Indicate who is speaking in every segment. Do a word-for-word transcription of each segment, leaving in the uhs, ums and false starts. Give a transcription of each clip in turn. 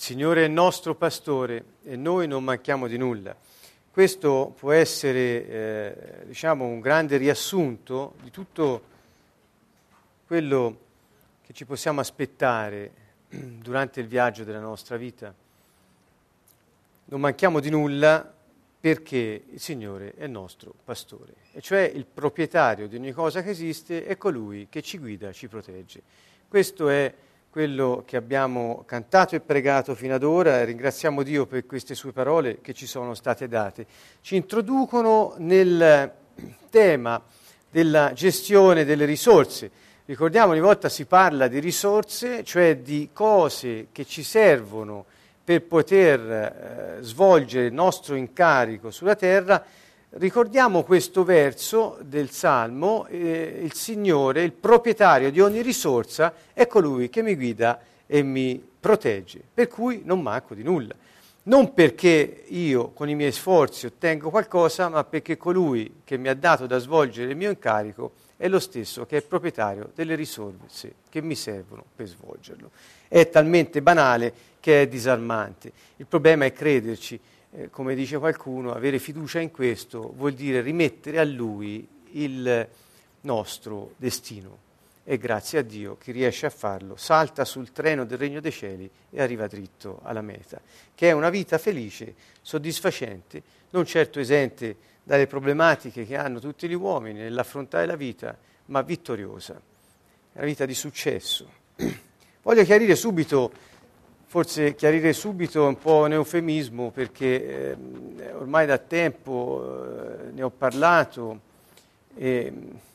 Speaker 1: Signore è il nostro pastore e noi non manchiamo di nulla. Questo può essere, eh, diciamo, un grande riassunto di tutto quello che ci possiamo aspettare durante il viaggio della nostra vita. Non manchiamo di nulla perché il Signore è il nostro pastore, e cioè il proprietario di ogni cosa che esiste è colui che ci guida, ci protegge. Questo è quello che abbiamo cantato e pregato fino ad ora, e ringraziamo Dio per queste sue parole che ci sono state date. Ci introducono nel tema della gestione delle risorse. Ricordiamo, ogni volta si parla di risorse, cioè di cose che ci servono per poter eh, svolgere il nostro incarico sulla terra. Ricordiamo questo verso del Salmo, eh, il Signore, il proprietario di ogni risorsa, è colui che mi guida e mi protegge, per cui non manco di nulla. Non perché io con i miei sforzi ottengo qualcosa, ma perché colui che mi ha dato da svolgere il mio incarico è lo stesso che è proprietario delle risorse che mi servono per svolgerlo. È talmente banale che è disarmante. Il problema è crederci. Eh, come dice qualcuno, avere fiducia in questo vuol dire rimettere a Lui il nostro destino. E grazie a Dio chi riesce a farlo salta sul treno del Regno dei Cieli e arriva dritto alla meta, che è una vita felice, soddisfacente, non certo esente dalle problematiche che hanno tutti gli uomini nell'affrontare la vita, ma vittoriosa. È una vita di successo. Voglio chiarire subito, forse chiarire subito è un po' un eufemismo, perché eh, ormai da tempo eh, ne ho parlato. E,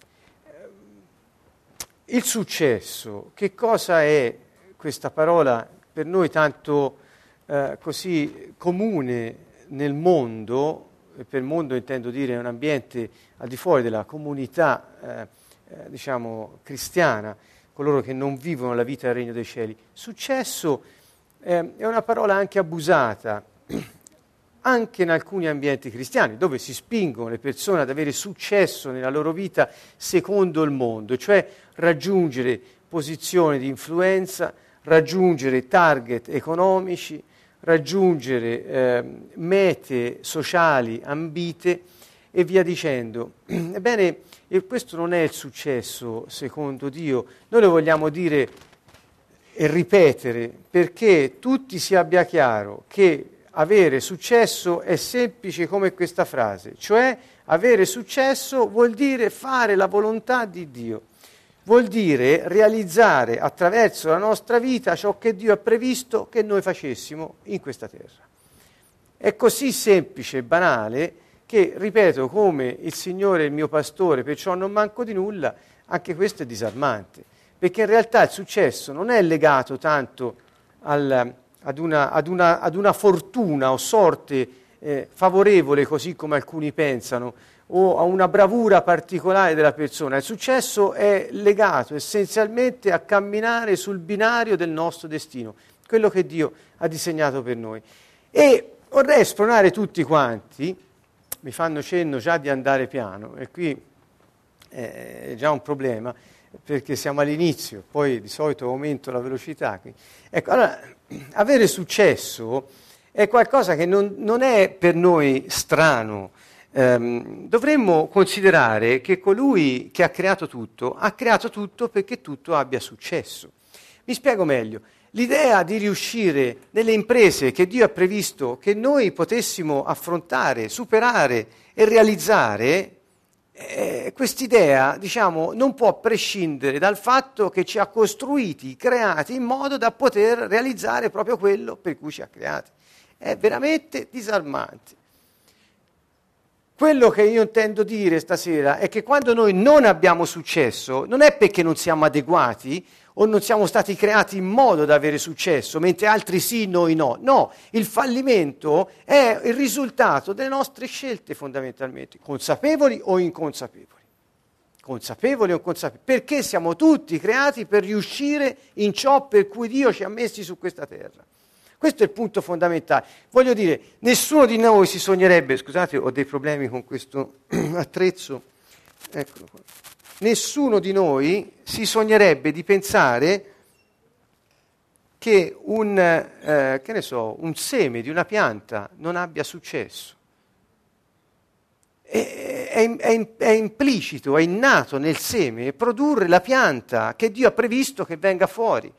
Speaker 1: il successo, che cosa è questa parola per noi tanto eh, così comune nel mondo? E per mondo intendo dire un ambiente al di fuori della comunità eh, eh, diciamo cristiana, coloro che non vivono la vita del Regno dei Cieli. Successo eh, è una parola anche abusata, anche in alcuni ambienti cristiani, dove si spingono le persone ad avere successo nella loro vita secondo il mondo, cioè raggiungere posizioni di influenza, raggiungere target economici, raggiungere eh, mete sociali ambite e via dicendo. Ebbene, questo non è il successo secondo Dio. Noi lo vogliamo dire e ripetere perché tutti si abbia chiaro che avere successo è semplice come questa frase, cioè avere successo vuol dire fare la volontà di Dio, vuol dire realizzare attraverso la nostra vita ciò che Dio ha previsto che noi facessimo in questa terra. È così semplice e banale che, ripeto, come il Signore è il mio pastore, perciò non manco di nulla, anche questo è disarmante, perché in realtà il successo non è legato tanto al... Ad una, ad, una, ad una fortuna o sorte eh, favorevole, così come alcuni pensano, o a una bravura particolare della persona. Il successo è legato essenzialmente a camminare sul binario del nostro destino, quello che Dio ha disegnato per noi. E vorrei spronare tutti quanti, mi fanno cenno già di andare piano, e qui è già un problema, perché siamo all'inizio, poi di solito aumento la velocità. Quindi. Ecco, allora, avere successo è qualcosa che non, non è per noi strano. Um, dovremmo considerare che colui che ha creato tutto, ha creato tutto perché tutto abbia successo. Mi spiego meglio. L'idea di riuscire nelle imprese che Dio ha previsto che noi potessimo affrontare, superare e realizzare, Eh, quest'idea, diciamo, non può prescindere dal fatto che ci ha costruiti, creati in modo da poter realizzare proprio quello per cui ci ha creati. È veramente disarmante. Quello che io intendo dire stasera è che quando noi non abbiamo successo, non è perché non siamo adeguati o non siamo stati creati in modo da avere successo, mentre altri sì, noi no. No, il fallimento è il risultato delle nostre scelte fondamentalmente, consapevoli o inconsapevoli. Consapevoli o inconsapevoli. Perché siamo tutti creati per riuscire in ciò per cui Dio ci ha messi su questa terra. Questo è il punto fondamentale. Voglio dire, nessuno di noi si sognerebbe, scusate, ho dei problemi con questo attrezzo, eccolo qua. Nessuno di noi si sognerebbe di pensare che un, eh, che ne so, un seme di una pianta non abbia successo. È, è, è, è implicito, è innato nel seme produrre la pianta che Dio ha previsto che venga fuori.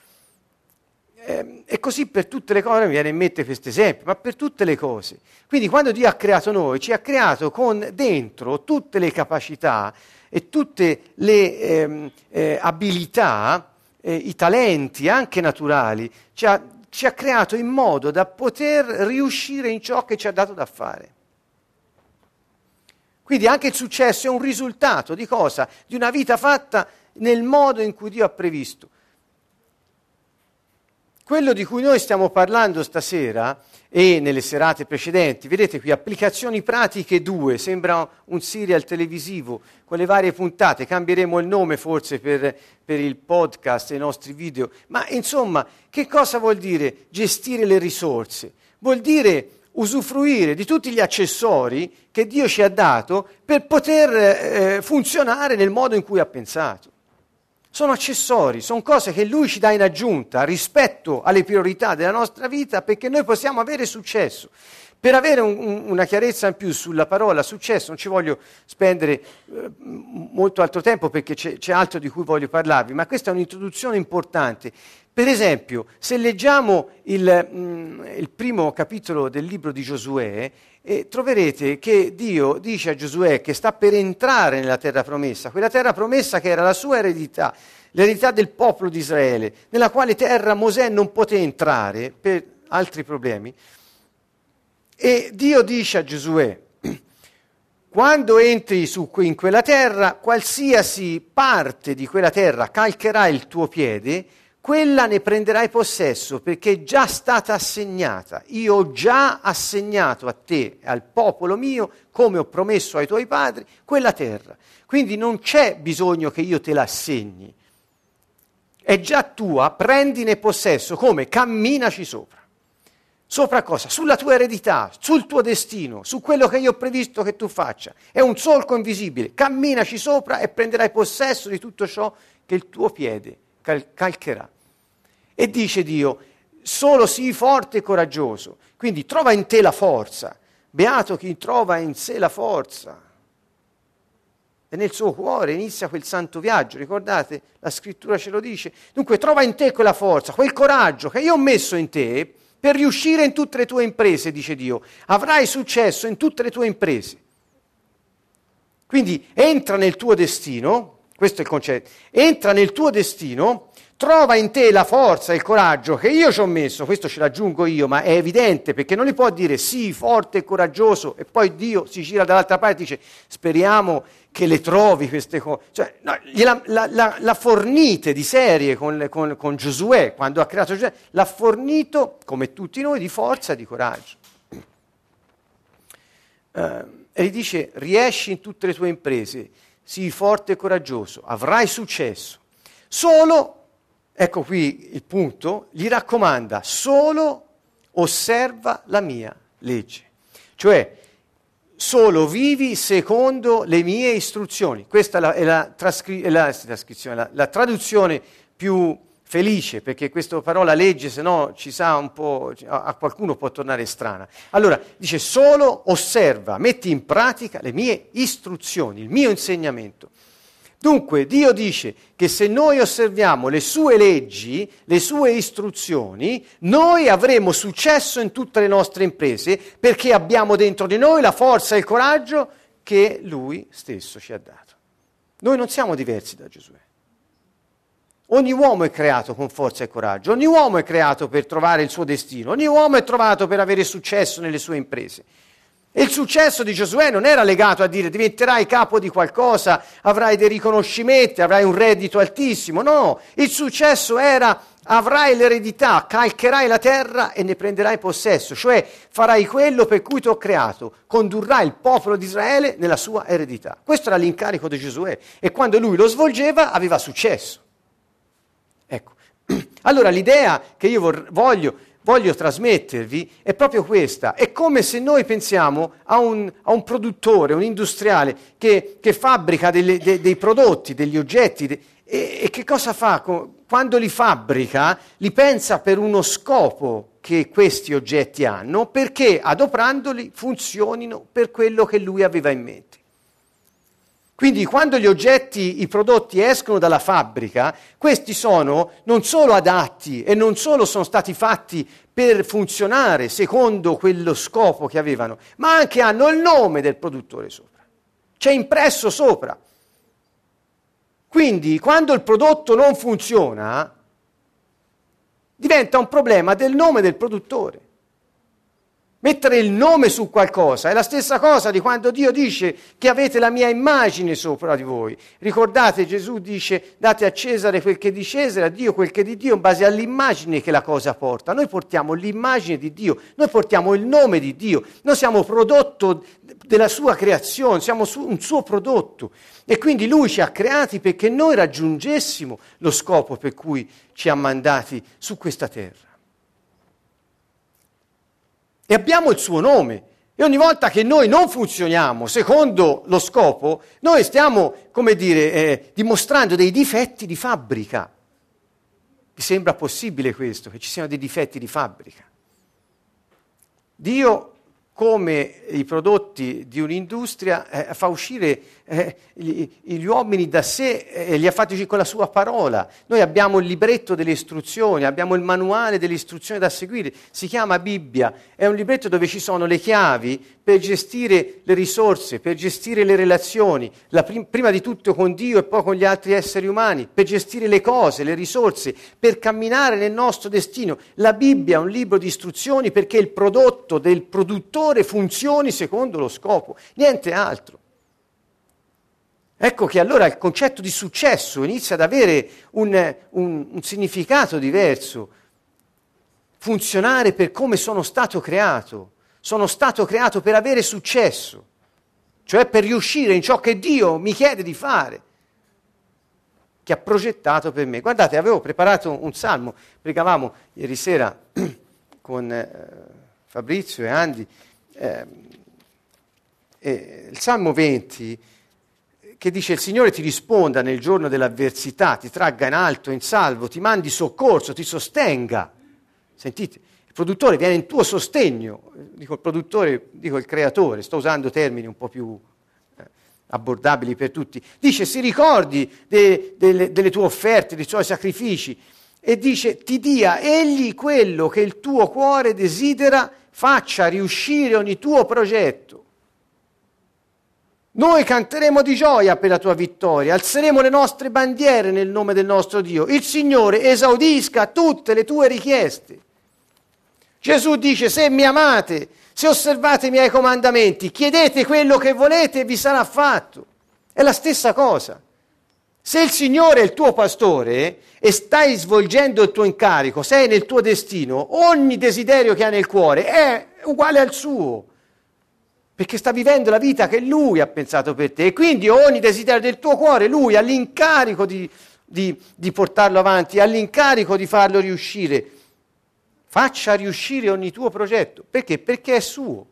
Speaker 1: E così per tutte le cose, mi viene in mente questo esempio, ma per tutte le cose. Quindi quando Dio ha creato noi, ci ha creato con dentro tutte le capacità e tutte le ehm, eh, abilità, eh, i talenti anche naturali, ci ha, ci ha creato in modo da poter riuscire in ciò che ci ha dato da fare. Quindi anche il successo è un risultato di cosa? Di una vita fatta nel modo in cui Dio ha previsto. Quello di cui noi stiamo parlando stasera e nelle serate precedenti, vedete qui, applicazioni pratiche due, sembra un serial televisivo con le varie puntate, cambieremo il nome forse per, per il podcast e i nostri video, ma insomma, che cosa vuol dire gestire le risorse? Vuol dire usufruire di tutti gli accessori che Dio ci ha dato per poter eh, funzionare nel modo in cui ha pensato. Sono accessori, sono cose che Lui ci dà in aggiunta rispetto alle priorità della nostra vita perché noi possiamo avere successo. Per avere un, un, una chiarezza in più sulla parola successo, non ci voglio spendere eh, molto altro tempo perché c'è, c'è altro di cui voglio parlarvi, ma questa è un'introduzione importante. Per esempio, se leggiamo il, mh, il primo capitolo del libro di Giosuè, eh, troverete che Dio dice a Giosuè che sta per entrare nella terra promessa, quella terra promessa che era la sua eredità, l'eredità del popolo di Israele, nella quale terra Mosè non poté entrare per altri problemi. E Dio dice a Giosuè, quando entri su, in quella terra, qualsiasi parte di quella terra calcherà il tuo piede, quella ne prenderai possesso perché è già stata assegnata. Io ho già assegnato a te e al popolo mio, come ho promesso ai tuoi padri, quella terra. Quindi non c'è bisogno che io te la assegni. È già tua, prendine possesso. Come? Camminaci sopra. Sopra cosa? Sulla tua eredità, sul tuo destino, su quello che io ho previsto che tu faccia. È un solco invisibile. Camminaci sopra e prenderai possesso di tutto ciò che il tuo piede cal- calcherà. E dice Dio, solo sii forte e coraggioso. Quindi trova in te la forza. Beato chi trova in sé la forza. E nel suo cuore inizia quel santo viaggio. Ricordate? La scrittura ce lo dice. Dunque trova in te quella forza, quel coraggio che io ho messo in te per riuscire in tutte le tue imprese, dice Dio. Avrai successo in tutte le tue imprese. Quindi entra nel tuo destino, questo è il concetto, entra nel tuo destino, trova in te la forza e il coraggio che io ci ho messo, questo ce l'aggiungo io, ma è evidente perché non li può dire sì, forte e coraggioso e poi Dio si gira dall'altra parte e dice speriamo che le trovi queste cose. Cioè, no, gliela, la, la, la fornite di serie con, con, con Giosuè, quando ha creato Giosuè, l'ha fornito, come tutti noi, di forza e di coraggio. Uh, e gli dice, riesci in tutte le tue imprese, sii forte e coraggioso, avrai successo. Solo... Ecco qui il punto, gli raccomanda, solo osserva la mia legge. Cioè, solo vivi secondo le mie istruzioni. Questa è la, è la, trascri- è la, trascrizione, la, la traduzione più felice, perché questa parola legge, se no ci sa un po', a, a qualcuno può tornare strana. Allora, dice, solo osserva, metti in pratica le mie istruzioni, il mio insegnamento. Dunque Dio dice che se noi osserviamo le sue leggi, le sue istruzioni, noi avremo successo in tutte le nostre imprese perché abbiamo dentro di noi la forza e il coraggio che Lui stesso ci ha dato. Noi non siamo diversi da Giosuè. Ogni uomo è creato con forza e coraggio, ogni uomo è creato per trovare il suo destino, ogni uomo è trovato per avere successo nelle sue imprese. E il successo di Giosuè non era legato a dire diventerai capo di qualcosa, avrai dei riconoscimenti, avrai un reddito altissimo. No, il successo era avrai l'eredità, calcherai la terra e ne prenderai possesso, cioè farai quello per cui ti ho creato, condurrai il popolo di Israele nella sua eredità. Questo era l'incarico di Giosuè e quando lui lo svolgeva aveva successo. Ecco, allora l'idea che io vor- voglio... voglio trasmettervi è proprio questa. È come se noi pensiamo a un, a un produttore, un industriale che, che fabbrica delle, de, dei prodotti, degli oggetti de, e, e che cosa fa? quando li fabbrica, li pensa per uno scopo che questi oggetti hanno, perché adoprandoli funzionino per quello che lui aveva in mente. Quindi quando gli oggetti, i prodotti escono dalla fabbrica, questi sono non solo adatti e non solo sono stati fatti per funzionare secondo quello scopo che avevano, ma anche hanno il nome del produttore sopra. C'è impresso sopra. Quindi, quando il prodotto non funziona, diventa un problema del nome del produttore. Mettere il nome su qualcosa è la stessa cosa di quando Dio dice che avete la mia immagine sopra di voi. Ricordate, Gesù dice: date a Cesare quel che è di Cesare, a Dio quel che è di Dio, in base all'immagine che la cosa porta. Noi portiamo l'immagine di Dio, noi portiamo il nome di Dio, noi siamo prodotto della sua creazione, siamo un suo prodotto. E quindi Lui ci ha creati perché noi raggiungessimo lo scopo per cui ci ha mandati su questa terra. E abbiamo il suo nome. E ogni volta che noi non funzioniamo secondo lo scopo, noi stiamo, come dire, eh, dimostrando dei difetti di fabbrica. Vi sembra possibile questo, che ci siano dei difetti di fabbrica? Dio, come i prodotti di un'industria, eh, fa uscire eh, gli, gli uomini da sé e li ha fatti uscire con la sua parola. Noi abbiamo il libretto delle istruzioni, abbiamo il manuale delle istruzioni da seguire, si chiama Bibbia, è un libretto dove ci sono le chiavi per gestire le risorse, per gestire le relazioni, la prim- prima di tutto con Dio e poi con gli altri esseri umani, per gestire le cose, le risorse, per camminare nel nostro destino. La Bibbia è un libro di istruzioni perché il prodotto del produttore funzioni secondo lo scopo, niente altro. Ecco che allora il concetto di successo inizia ad avere un, un, un significato diverso. Funzionare per come sono stato creato. Sono stato creato per avere successo, cioè per riuscire in ciò che Dio mi chiede di fare, che ha progettato per me. Guardate, avevo preparato un salmo, pregavamo ieri sera con eh, Fabrizio e Andy, eh, e il Salmo venti, che dice: il Signore ti risponda nel giorno dell'avversità, ti tragga in alto, in salvo, ti mandi soccorso, ti sostenga. Sentite? Il produttore viene in tuo sostegno, dico il produttore, dico il creatore, sto usando termini un po' più eh, abbordabili per tutti. Dice: si ricordi de, de, delle tue offerte, dei tuoi sacrifici, e dice: ti dia egli quello che il tuo cuore desidera, faccia riuscire ogni tuo progetto. Noi canteremo di gioia per la tua vittoria, alzeremo le nostre bandiere nel nome del nostro Dio. Il Signore esaudisca tutte le tue richieste. Gesù dice: se mi amate, se osservate i miei comandamenti, chiedete quello che volete e vi sarà fatto. È la stessa cosa. Se il Signore è il tuo pastore e stai svolgendo il tuo incarico, sei nel tuo destino, ogni desiderio che hai nel cuore è uguale al suo, perché sta vivendo la vita che Lui ha pensato per te, e quindi ogni desiderio del tuo cuore Lui ha l'incarico di, di, di portarlo avanti, ha l'incarico di farlo riuscire. Faccia riuscire ogni tuo progetto. Perché? Perché è suo.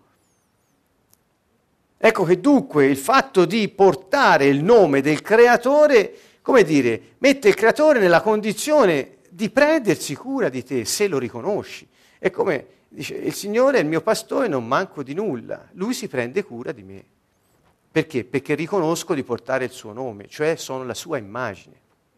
Speaker 1: Ecco che dunque il fatto di portare il nome del creatore, come dire, mette il creatore nella condizione di prendersi cura di te, se lo riconosci. È come dice: il Signore è il mio pastore, non manco di nulla. Lui si prende cura di me. Perché? Perché riconosco di portare il suo nome, cioè sono la sua immagine.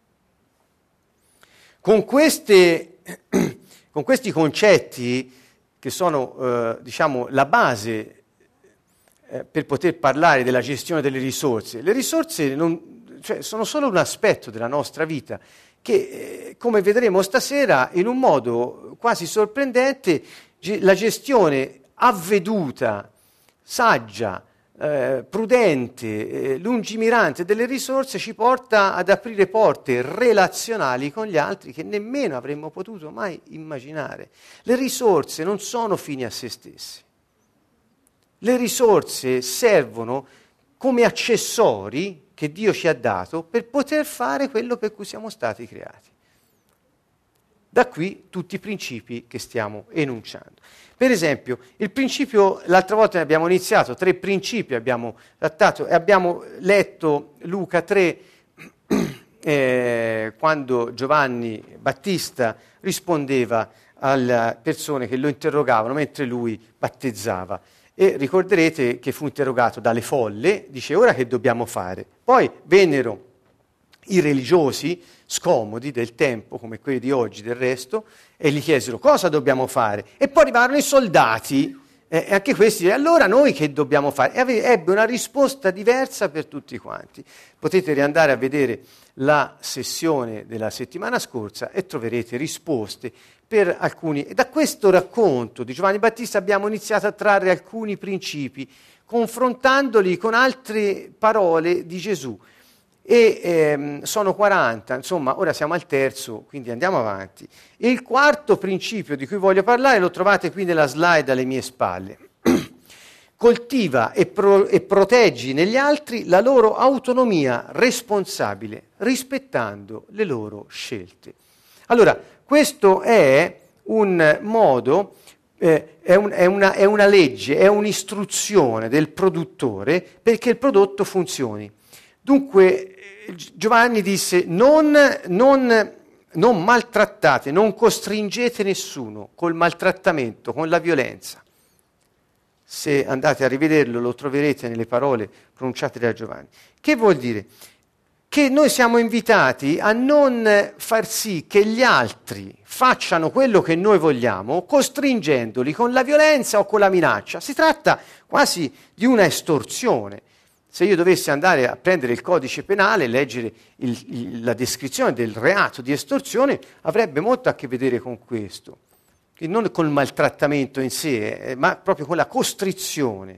Speaker 1: Con queste... Con questi concetti, che sono eh, diciamo la base eh, per poter parlare della gestione delle risorse, le risorse non, cioè, sono solo un aspetto della nostra vita che, eh, come vedremo stasera, in un modo quasi sorprendente, ge- la gestione avveduta, saggia, Eh, prudente, eh, lungimirante delle risorse ci porta ad aprire porte relazionali con gli altri che nemmeno avremmo potuto mai immaginare. Le risorse non sono fini a se stesse. Le risorse servono come accessori che Dio ci ha dato per poter fare quello per cui siamo stati creati. Da qui tutti i principi che stiamo enunciando. Per esempio, il principio, l'altra volta ne abbiamo iniziato, tre principi abbiamo trattato e abbiamo letto Luca tre, eh, quando Giovanni Battista rispondeva alle persone che lo interrogavano mentre lui battezzava. E ricorderete che fu interrogato dalle folle, dice: ora che dobbiamo fare? Poi vennero i religiosi scomodi del tempo, come quelli di oggi del resto, e gli chiesero: cosa dobbiamo fare? E poi arrivarono i soldati, eh, e anche questi, allora noi che dobbiamo fare? E ave- ebbe una risposta diversa per tutti quanti. Potete riandare a vedere la sessione della settimana scorsa e troverete risposte per alcuni. E da questo racconto di Giovanni Battista abbiamo iniziato a trarre alcuni principi, confrontandoli con altre parole di Gesù. E ehm, sono quaranta, insomma, ora siamo al terzo, quindi andiamo avanti. E il quarto principio di cui voglio parlare lo trovate qui nella slide alle mie spalle. Coltiva e, pro- e proteggi negli altri la loro autonomia responsabile, rispettando le loro scelte. Allora, questo è un modo, eh, è, un, è, una, è una legge, è un'istruzione del produttore perché il prodotto funzioni. Dunque Giovanni disse: non, non, non maltrattate, non costringete nessuno col maltrattamento, con la violenza. Se andate a rivederlo lo troverete nelle parole pronunciate da Giovanni. Che vuol dire? Che noi siamo invitati a non far sì che gli altri facciano quello che noi vogliamo, costringendoli con la violenza o con la minaccia. Si tratta quasi di una estorsione. Se io dovessi andare a prendere il codice penale e leggere il, il, la descrizione del reato di estorsione, avrebbe molto a che vedere con questo. Quindi non col maltrattamento in sé, eh, ma proprio con la costrizione.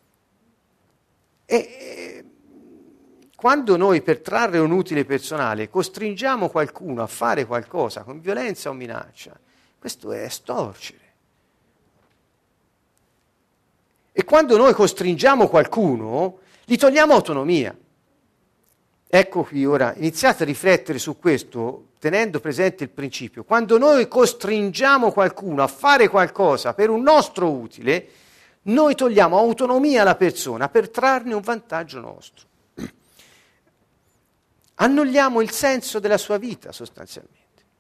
Speaker 1: E, e quando noi, per trarre un utile personale, costringiamo qualcuno a fare qualcosa con violenza o minaccia, questo è estorcere. E quando noi costringiamo qualcuno, gli togliamo autonomia. Ecco qui ora, iniziate a riflettere su questo, tenendo presente il principio. Quando noi costringiamo qualcuno a fare qualcosa per un nostro utile, noi togliamo autonomia alla persona per trarne un vantaggio nostro. Annulliamo il senso della sua vita, sostanzialmente.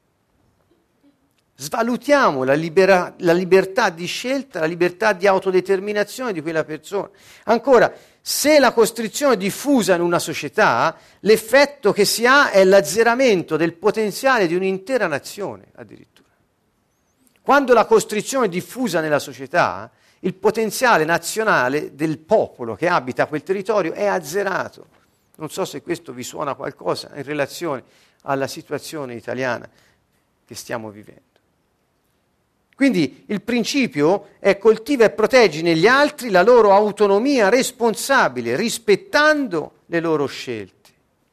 Speaker 1: Svalutiamo la, libera, la libertà di scelta, la libertà di autodeterminazione di quella persona. Ancora, se la costrizione è diffusa in una società, l'effetto che si ha è l'azzeramento del potenziale di un'intera nazione, addirittura. Quando la costrizione è diffusa nella società, il potenziale nazionale del popolo che abita quel territorio è azzerato. Non so se questo vi suona qualcosa in relazione alla situazione italiana che stiamo vivendo. Quindi il principio è: coltiva e proteggi negli altri la loro autonomia responsabile, rispettando le loro scelte.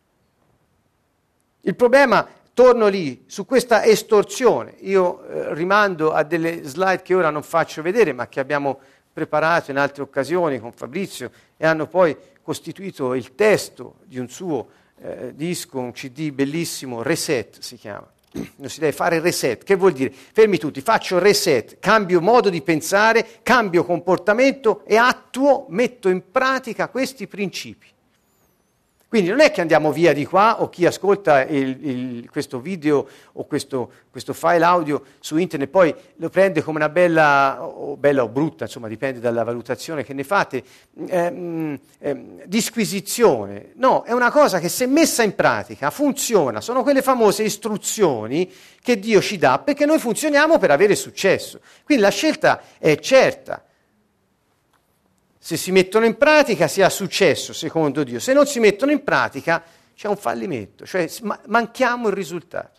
Speaker 1: Il problema, torno lì, su questa estorsione. Io eh, rimando a delle slide che ora non faccio vedere, ma che abbiamo preparato in altre occasioni con Fabrizio e hanno poi costituito il testo di un suo eh, disco, un C D bellissimo, Reset si chiama. Non si deve fare reset. Che vuol dire? Fermi tutti, faccio reset, cambio modo di pensare, cambio comportamento e attuo, metto in pratica questi principi. Quindi non è che andiamo via di qua, o chi ascolta il, il, questo video o questo, questo file audio su internet poi lo prende come una bella, o bella o brutta, insomma dipende dalla valutazione che ne fate, ehm, ehm, disquisizione. No, è una cosa che se messa in pratica funziona, sono quelle famose istruzioni che Dio ci dà perché noi funzioniamo per avere successo. Quindi la scelta è certa. Se si mettono in pratica si ha successo, secondo Dio. Se non si mettono in pratica c'è un fallimento, cioè manchiamo il risultato.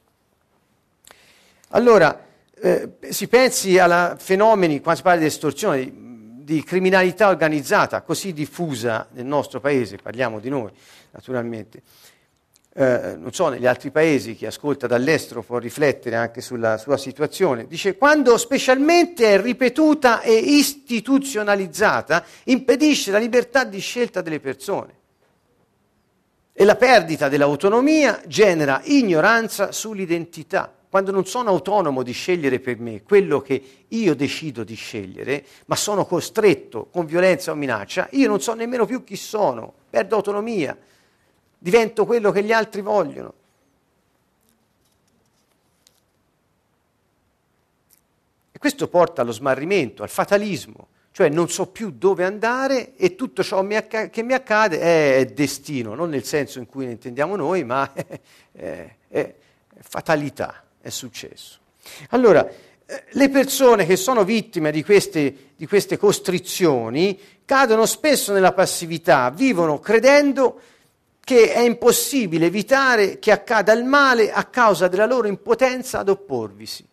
Speaker 1: Allora, eh, si pensi a fenomeni, quando si parla di estorsione, di, di criminalità organizzata così diffusa nel nostro paese, parliamo di noi naturalmente. Eh, non so, negli altri paesi, chi ascolta dall'estero può riflettere anche sulla sua situazione. Dice: quando specialmente è ripetuta e istituzionalizzata, impedisce la libertà di scelta delle persone. E la perdita dell'autonomia genera ignoranza sull'identità. Quando non sono autonomo di scegliere per me quello che io decido di scegliere, ma sono costretto con violenza o minaccia, io non so nemmeno più chi sono, perdo autonomia. divento quello che gli altri vogliono. E questo porta allo smarrimento, al fatalismo, cioè non so più dove andare e tutto ciò mi acc- che mi accade è destino, non nel senso in cui ne intendiamo noi, ma è, è, è fatalità, è successo. Allora, eh, le persone che sono vittime di queste, di queste costrizioni cadono spesso nella passività, vivono credendo che è impossibile evitare che accada il male a causa della loro impotenza ad opporvisi.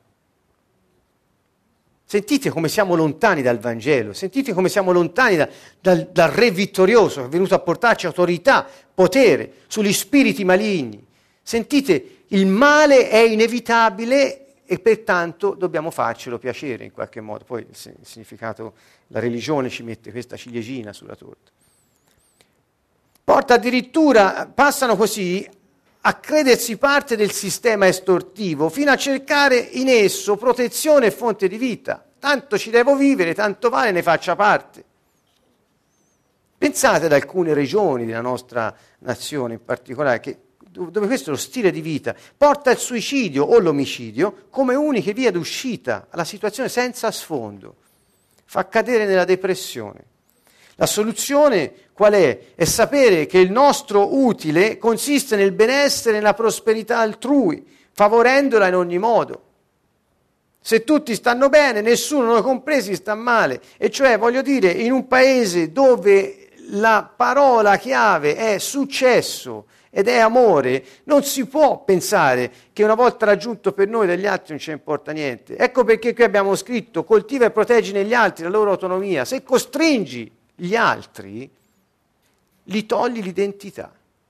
Speaker 1: Sentite come siamo lontani dal Vangelo, sentite come siamo lontani da, dal, dal Re vittorioso che è venuto a portarci autorità, potere sugli spiriti maligni. Sentite, il male è inevitabile e pertanto dobbiamo farcelo piacere in qualche modo. Poi il, il significato, la religione ci mette questa ciliegina sulla torta. Porta addirittura, passano così a credersi parte del sistema estortivo, fino a cercare in esso protezione e fonte di vita. Tanto ci devo vivere, tanto vale ne faccia parte. Pensate ad alcune regioni della nostra nazione in particolare, che, dove questo è lo stile di vita, porta il suicidio o l'omicidio come unica via d'uscita alla situazione senza sfondo, fa cadere nella depressione. La soluzione qual è? È sapere che il nostro utile consiste nel benessere e nella prosperità altrui, favorendola in ogni modo. Se tutti stanno bene, nessuno, noi compresi, sta male. E cioè, voglio dire, in un paese dove la parola chiave è successo ed è amore, non si può pensare che una volta raggiunto per noi dagli altri non ci importa niente. Ecco perché qui abbiamo scritto: coltiva e proteggi negli altri la loro autonomia. Se costringi gli altri, gli togli l'identità.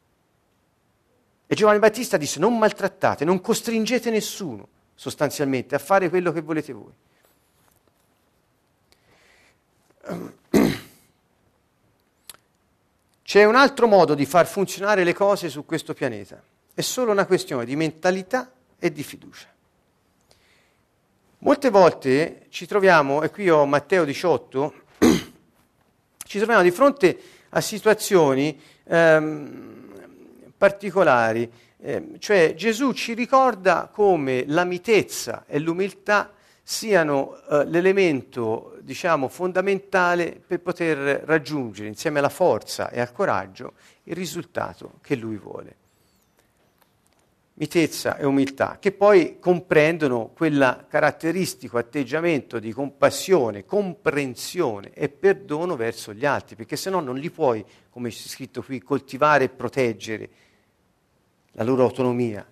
Speaker 1: E Giovanni Battista disse: non maltrattate, non costringete nessuno sostanzialmente a fare quello che volete voi. C'è un altro modo di far funzionare le cose su questo pianeta, è solo una questione di mentalità e di fiducia. Molte volte ci troviamo, e qui ho Matteo diciotto, ci troviamo di fronte a situazioni ehm, particolari, eh, cioè Gesù ci ricorda come la mitezza e l'umiltà siano eh, l'elemento, diciamo, fondamentale per poter raggiungere, insieme alla forza e al coraggio, il risultato che Lui vuole. Mitezza e umiltà, che poi comprendono quel caratteristico atteggiamento di compassione, comprensione e perdono verso gli altri, perché se no non li puoi, come è scritto qui, coltivare e proteggere la loro autonomia.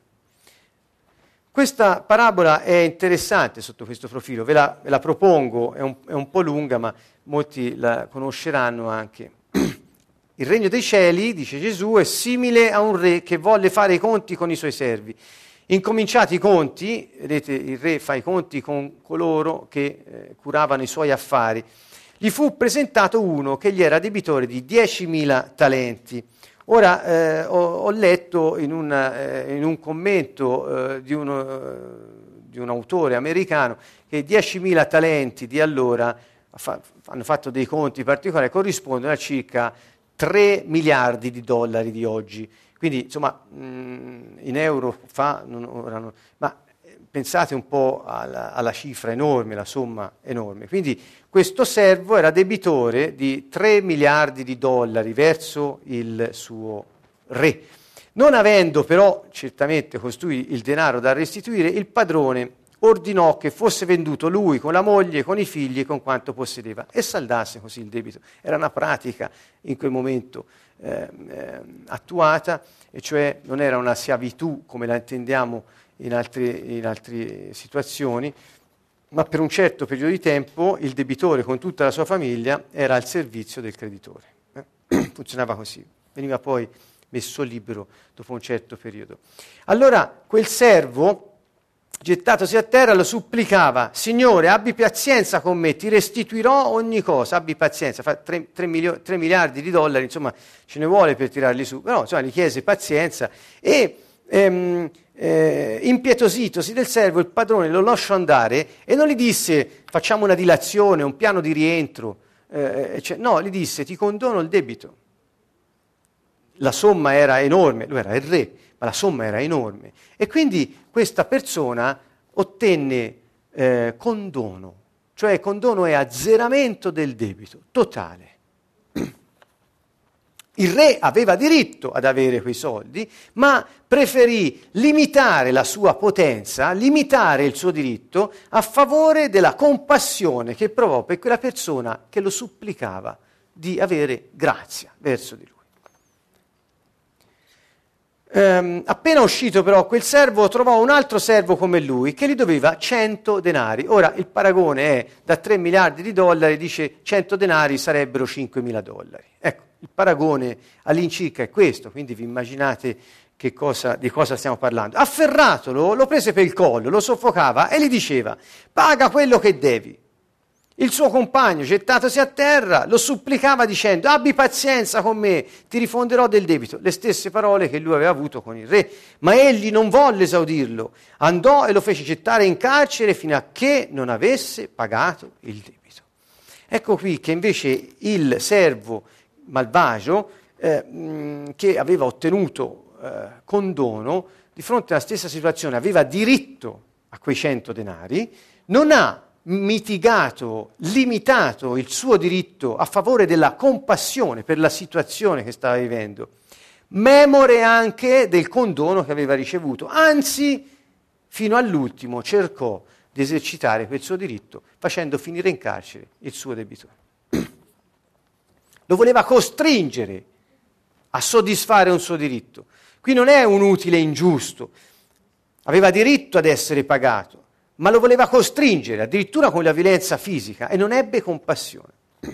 Speaker 1: Questa parabola è interessante sotto questo profilo, ve la, ve la propongo, è un, è un po' lunga, ma molti la conosceranno anche. Il regno dei cieli, dice Gesù, è simile a un re che volle fare i conti con i suoi servi. Incominciati i conti, vedete, il re fa i conti con coloro che eh, curavano i suoi affari, gli fu presentato uno che gli era debitore di diecimila talenti. Ora, eh, ho, ho letto in, una, eh, in un commento eh, di, uno, eh, di un autore americano che diecimila talenti di allora, fa, hanno fatto dei conti particolari, corrispondono a circa tre miliardi di dollari di oggi. Quindi, insomma, mh, in euro fa, non, ora non, ma pensate un po' alla, alla cifra enorme, la somma enorme. Quindi questo servo era debitore di tre miliardi di dollari verso il suo re. Non avendo però certamente costui il denaro da restituire, il padrone ordinò che fosse venduto lui con la moglie, con i figli e con quanto possedeva e saldasse così il debito. Era una pratica in quel momento eh, eh, attuata, e cioè non era una schiavitù come la intendiamo in altre, in altre situazioni, ma per un certo periodo di tempo il debitore con tutta la sua famiglia era al servizio del creditore. Eh? Funzionava così, veniva poi messo libero dopo un certo periodo. Allora quel servo, gettatosi a terra, lo supplicava: Signore, abbi pazienza con me, ti restituirò ogni cosa, abbi pazienza. Fa tre miliardi di dollari, insomma, ce ne vuole per tirarli su, però insomma gli chiese pazienza e ehm, eh, impietositosi del servo, il padrone lo lasciò andare e non gli disse facciamo una dilazione, un piano di rientro, eh, cioè, no, gli disse ti condono il debito. la somma era enorme, lui era il re, ma la somma era enorme. E quindi questa persona ottenne eh, condono, cioè condono è azzeramento del debito, totale. Il re aveva diritto ad avere quei soldi, ma preferì limitare la sua potenza, limitare il suo diritto a favore della compassione che provò per quella persona che lo supplicava di avere grazia verso di lui. Um, appena uscito però quel servo trovò un altro servo come lui che gli doveva cento denari. Ora il paragone è da tre miliardi di dollari, dice cento denari sarebbero cinquemila dollari. Ecco, il paragone all'incirca è questo, quindi vi immaginate che cosa, di cosa stiamo parlando. Afferratolo, lo prese per il collo, lo soffocava e gli diceva: paga quello che devi. Il suo compagno, gettatosi a terra, lo supplicava dicendo: abbi pazienza con me, ti rifonderò del debito. Le stesse parole che lui aveva avuto con il re. Ma egli non volle esaudirlo, andò e lo fece gettare in carcere fino a che non avesse pagato il debito. Ecco qui che invece il servo malvagio eh, mh, che aveva ottenuto eh, condono, di fronte alla stessa situazione aveva diritto a quei cento denari, non ha mitigato, limitato il suo diritto a favore della compassione per la situazione che stava vivendo, memore anche del condono che aveva ricevuto, anzi fino all'ultimo cercò di esercitare quel suo diritto facendo finire in carcere il suo debitore. Lo voleva costringere a soddisfare un suo diritto. Qui non è un utile ingiusto, aveva diritto ad essere pagato, ma lo voleva costringere, addirittura con la violenza fisica, e non ebbe compassione.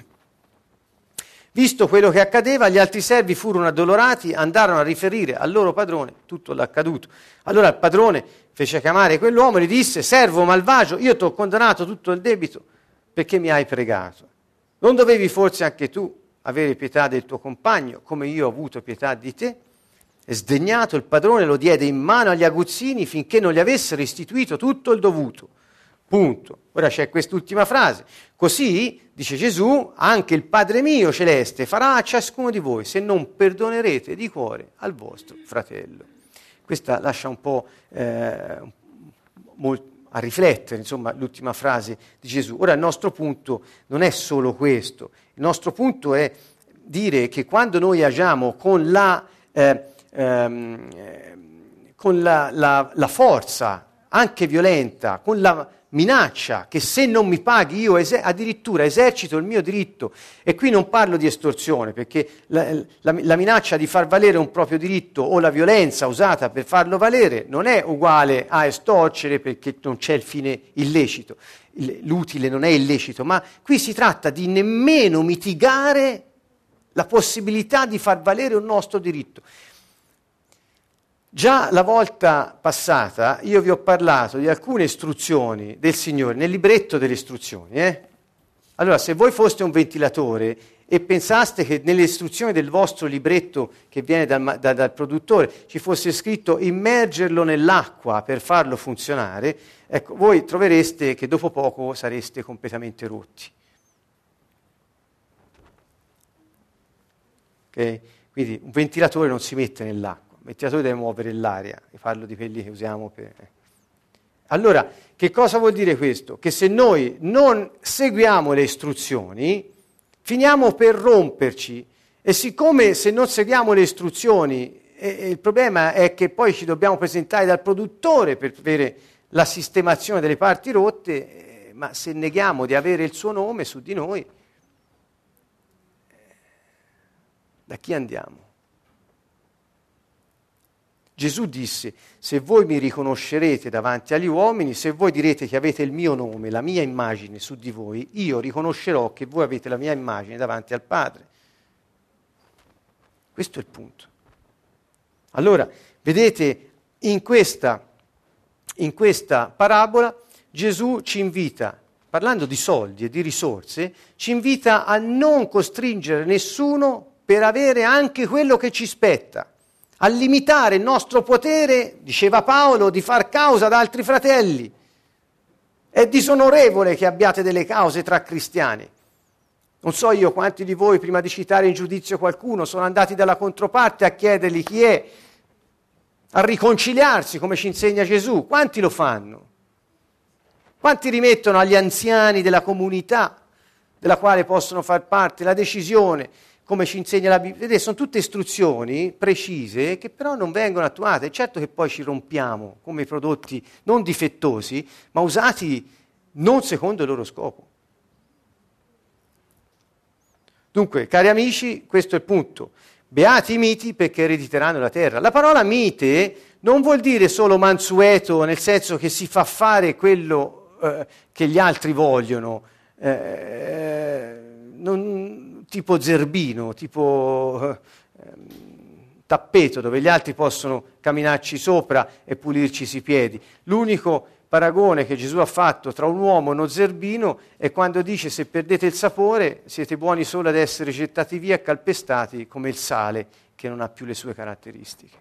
Speaker 1: Visto quello che accadeva, gli altri servi furono addolorati, andarono a riferire al loro padrone tutto l'accaduto. Allora il padrone fece chiamare quell'uomo e gli disse: servo malvagio, io ti ho condonato tutto il debito perché mi hai pregato. Non dovevi forse anche tu avere pietà del tuo compagno, come io ho avuto pietà di te? E sdegnato il padrone lo diede in mano agli aguzzini finché non gli avesse restituito tutto il dovuto. Punto. Ora c'è quest'ultima frase. Così, dice Gesù, anche il Padre mio celeste farà a ciascuno di voi se non perdonerete di cuore al vostro fratello. Questa lascia un po' eh, molto, a riflettere, insomma, l'ultima frase di Gesù. Ora il nostro punto non è solo questo. Il nostro punto è dire che quando noi agiamo con la... Eh, Ehm, con la, la, la forza anche violenta, con la minaccia che se non mi paghi io es- addirittura esercito il mio diritto, e qui non parlo di estorsione perché la, la, la minaccia di far valere un proprio diritto o la violenza usata per farlo valere non è uguale a estorcere perché non c'è il fine illecito, l'utile non è illecito, ma qui si tratta di nemmeno mitigare la possibilità di far valere un nostro diritto. Già la volta passata io vi ho parlato di alcune istruzioni del Signore nel libretto delle istruzioni. Eh? Allora, se voi foste un ventilatore e pensaste che nelle istruzioni del vostro libretto che viene dal, da, dal produttore ci fosse scritto immergerlo nell'acqua per farlo funzionare, ecco, voi trovereste che dopo poco sareste completamente rotti. Okay? Quindi un ventilatore non si mette nell'acqua. Il ventilatore deve muovere l'aria, e parlo di quelli che usiamo per... Allora, che cosa vuol dire questo? Che se noi non seguiamo le istruzioni, finiamo per romperci, e siccome se non seguiamo le istruzioni, eh, il problema è che poi ci dobbiamo presentare dal produttore per avere la sistemazione delle parti rotte, eh, ma se neghiamo di avere il suo nome su di noi, eh, da chi andiamo? Gesù disse: se voi mi riconoscerete davanti agli uomini, se voi direte che avete il mio nome, la mia immagine su di voi, io riconoscerò che voi avete la mia immagine davanti al Padre. Questo è il punto. Allora, vedete, in questa, in questa parabola Gesù ci invita, parlando di soldi e di risorse, ci invita a non costringere nessuno per avere anche quello che ci spetta, a limitare il nostro potere, diceva Paolo, di far causa ad altri fratelli. È disonorevole che abbiate delle cause tra cristiani. Non so io quanti di voi, prima di citare in giudizio qualcuno, sono andati dalla controparte a chiedergli chi è, a riconciliarsi come ci insegna Gesù. Quanti lo fanno? Quanti rimettono agli anziani della comunità della quale possono far parte la decisione, come ci insegna la Bibbia? Vedete, sono tutte istruzioni precise che però non vengono attuate. Certo che poi ci rompiamo come prodotti non difettosi, ma usati non secondo il loro scopo. Dunque, cari amici, questo è il punto. Beati i miti perché erediteranno la terra. La parola mite non vuol dire solo mansueto, nel senso che si fa fare quello eh, che gli altri vogliono, eh, non, tipo zerbino, tipo eh, tappeto, dove gli altri possono camminarci sopra e pulirci i piedi. L'unico paragone che Gesù ha fatto tra un uomo e uno zerbino è quando dice: se perdete il sapore siete buoni solo ad essere gettati via e calpestati come il sale che non ha più le sue caratteristiche.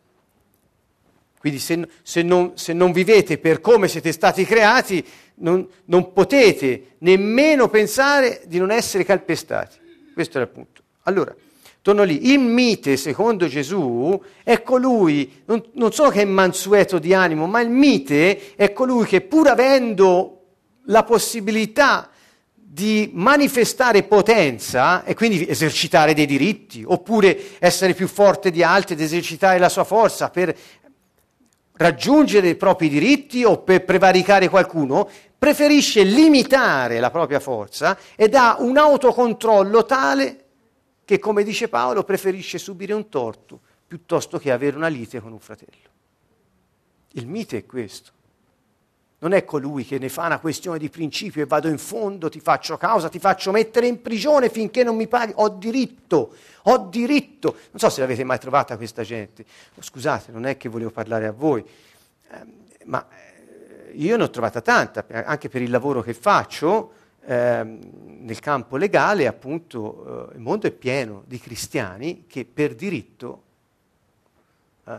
Speaker 1: Quindi se, se, non, se non vivete per come siete stati creati, non, non potete nemmeno pensare di non essere calpestati. Questo era il punto. Allora, torno lì, il mite, secondo Gesù, è colui, non, non solo che è mansueto di animo, ma il mite è colui che, pur avendo la possibilità di manifestare potenza e quindi esercitare dei diritti, oppure essere più forte di altri ed esercitare la sua forza per raggiungere i propri diritti o per prevaricare qualcuno, preferisce limitare la propria forza ed ha un autocontrollo tale che, come dice Paolo, preferisce subire un torto piuttosto che avere una lite con un fratello. Il mite è questo. Non è colui che ne fa una questione di principio e vado in fondo, ti faccio causa, ti faccio mettere in prigione finché non mi paghi. Ho diritto, ho diritto. Non so se l'avete mai trovata questa gente. Oh, scusate, non è che volevo parlare a voi, eh, ma io ne ho trovata tanta, anche per il lavoro che faccio. Eh, nel campo legale, appunto, eh, il mondo è pieno di cristiani che per diritto eh,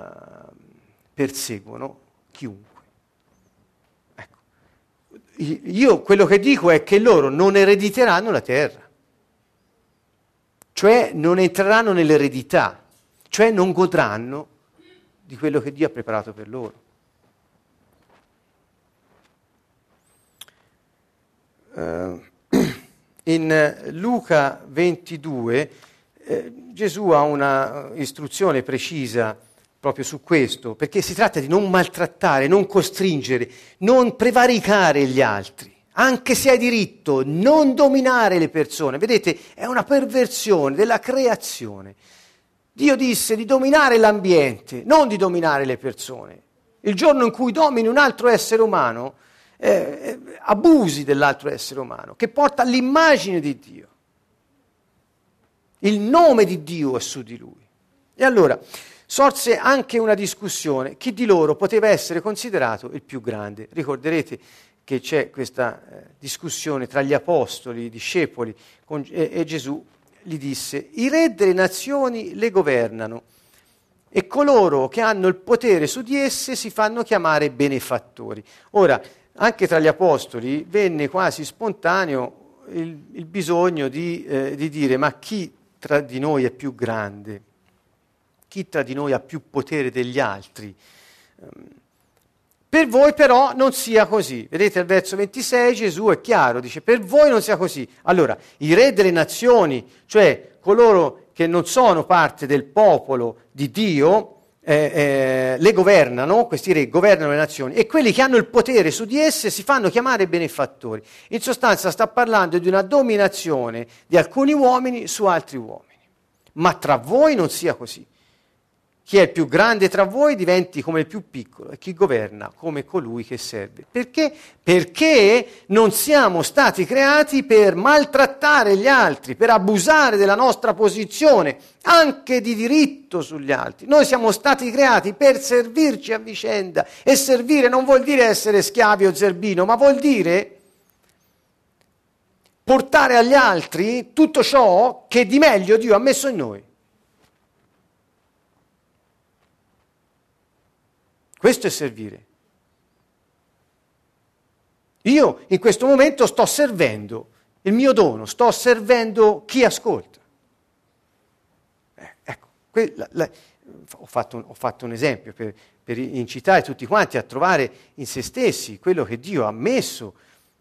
Speaker 1: perseguono chiunque. Ecco. Io quello che dico è che loro non erediteranno la terra, cioè non entreranno nell'eredità, cioè non godranno di quello che Dio ha preparato per loro. Uh, in Luca ventidue eh, Gesù ha una istruzione precisa proprio su questo, perché si tratta di non maltrattare, non costringere, non prevaricare gli altri, anche se hai diritto, non dominare le persone. Vedete, è una perversione della creazione. Dio disse di dominare l'ambiente, non di dominare le persone. Il giorno in cui domini un altro essere umano, Eh, abusi dell'altro essere umano, che porta all'immagine di Dio. Il nome di Dio è su di lui. E allora sorse anche una discussione: chi di loro poteva essere considerato il più grande? Ricorderete che c'è questa eh, discussione tra gli apostoli, i discepoli, con, e, e Gesù gli disse: i re delle nazioni le governano e coloro che hanno il potere su di esse si fanno chiamare benefattori. Ora, anche tra gli apostoli venne quasi spontaneo il, il bisogno di, eh, di dire: ma chi tra di noi è più grande? Chi tra di noi ha più potere degli altri? Per voi però non sia così. Vedete al verso ventisei Gesù è chiaro, dice: per voi non sia così. Allora, i re delle nazioni, cioè coloro che non sono parte del popolo di Dio, Eh, eh, le governano, questi re governano le nazioni, e quelli che hanno il potere su di esse si fanno chiamare benefattori. In sostanza sta parlando di una dominazione di alcuni uomini su altri uomini. Ma tra voi non sia così. Chi è il più grande tra voi diventi come il più piccolo e chi governa come colui che serve. Perché? Perché non siamo stati creati per maltrattare gli altri, per abusare della nostra posizione, anche di diritto sugli altri. Noi siamo stati creati per servirci a vicenda, e servire non vuol dire essere schiavi o zerbino, ma vuol dire portare agli altri tutto ciò che di meglio Dio ha messo in noi. Questo è servire. Io in questo momento sto servendo il mio dono, sto servendo chi ascolta. Eh, ecco, que- la, la, ho, fatto un, ho fatto un esempio per, per incitare tutti quanti a trovare in se stessi quello che Dio ha messo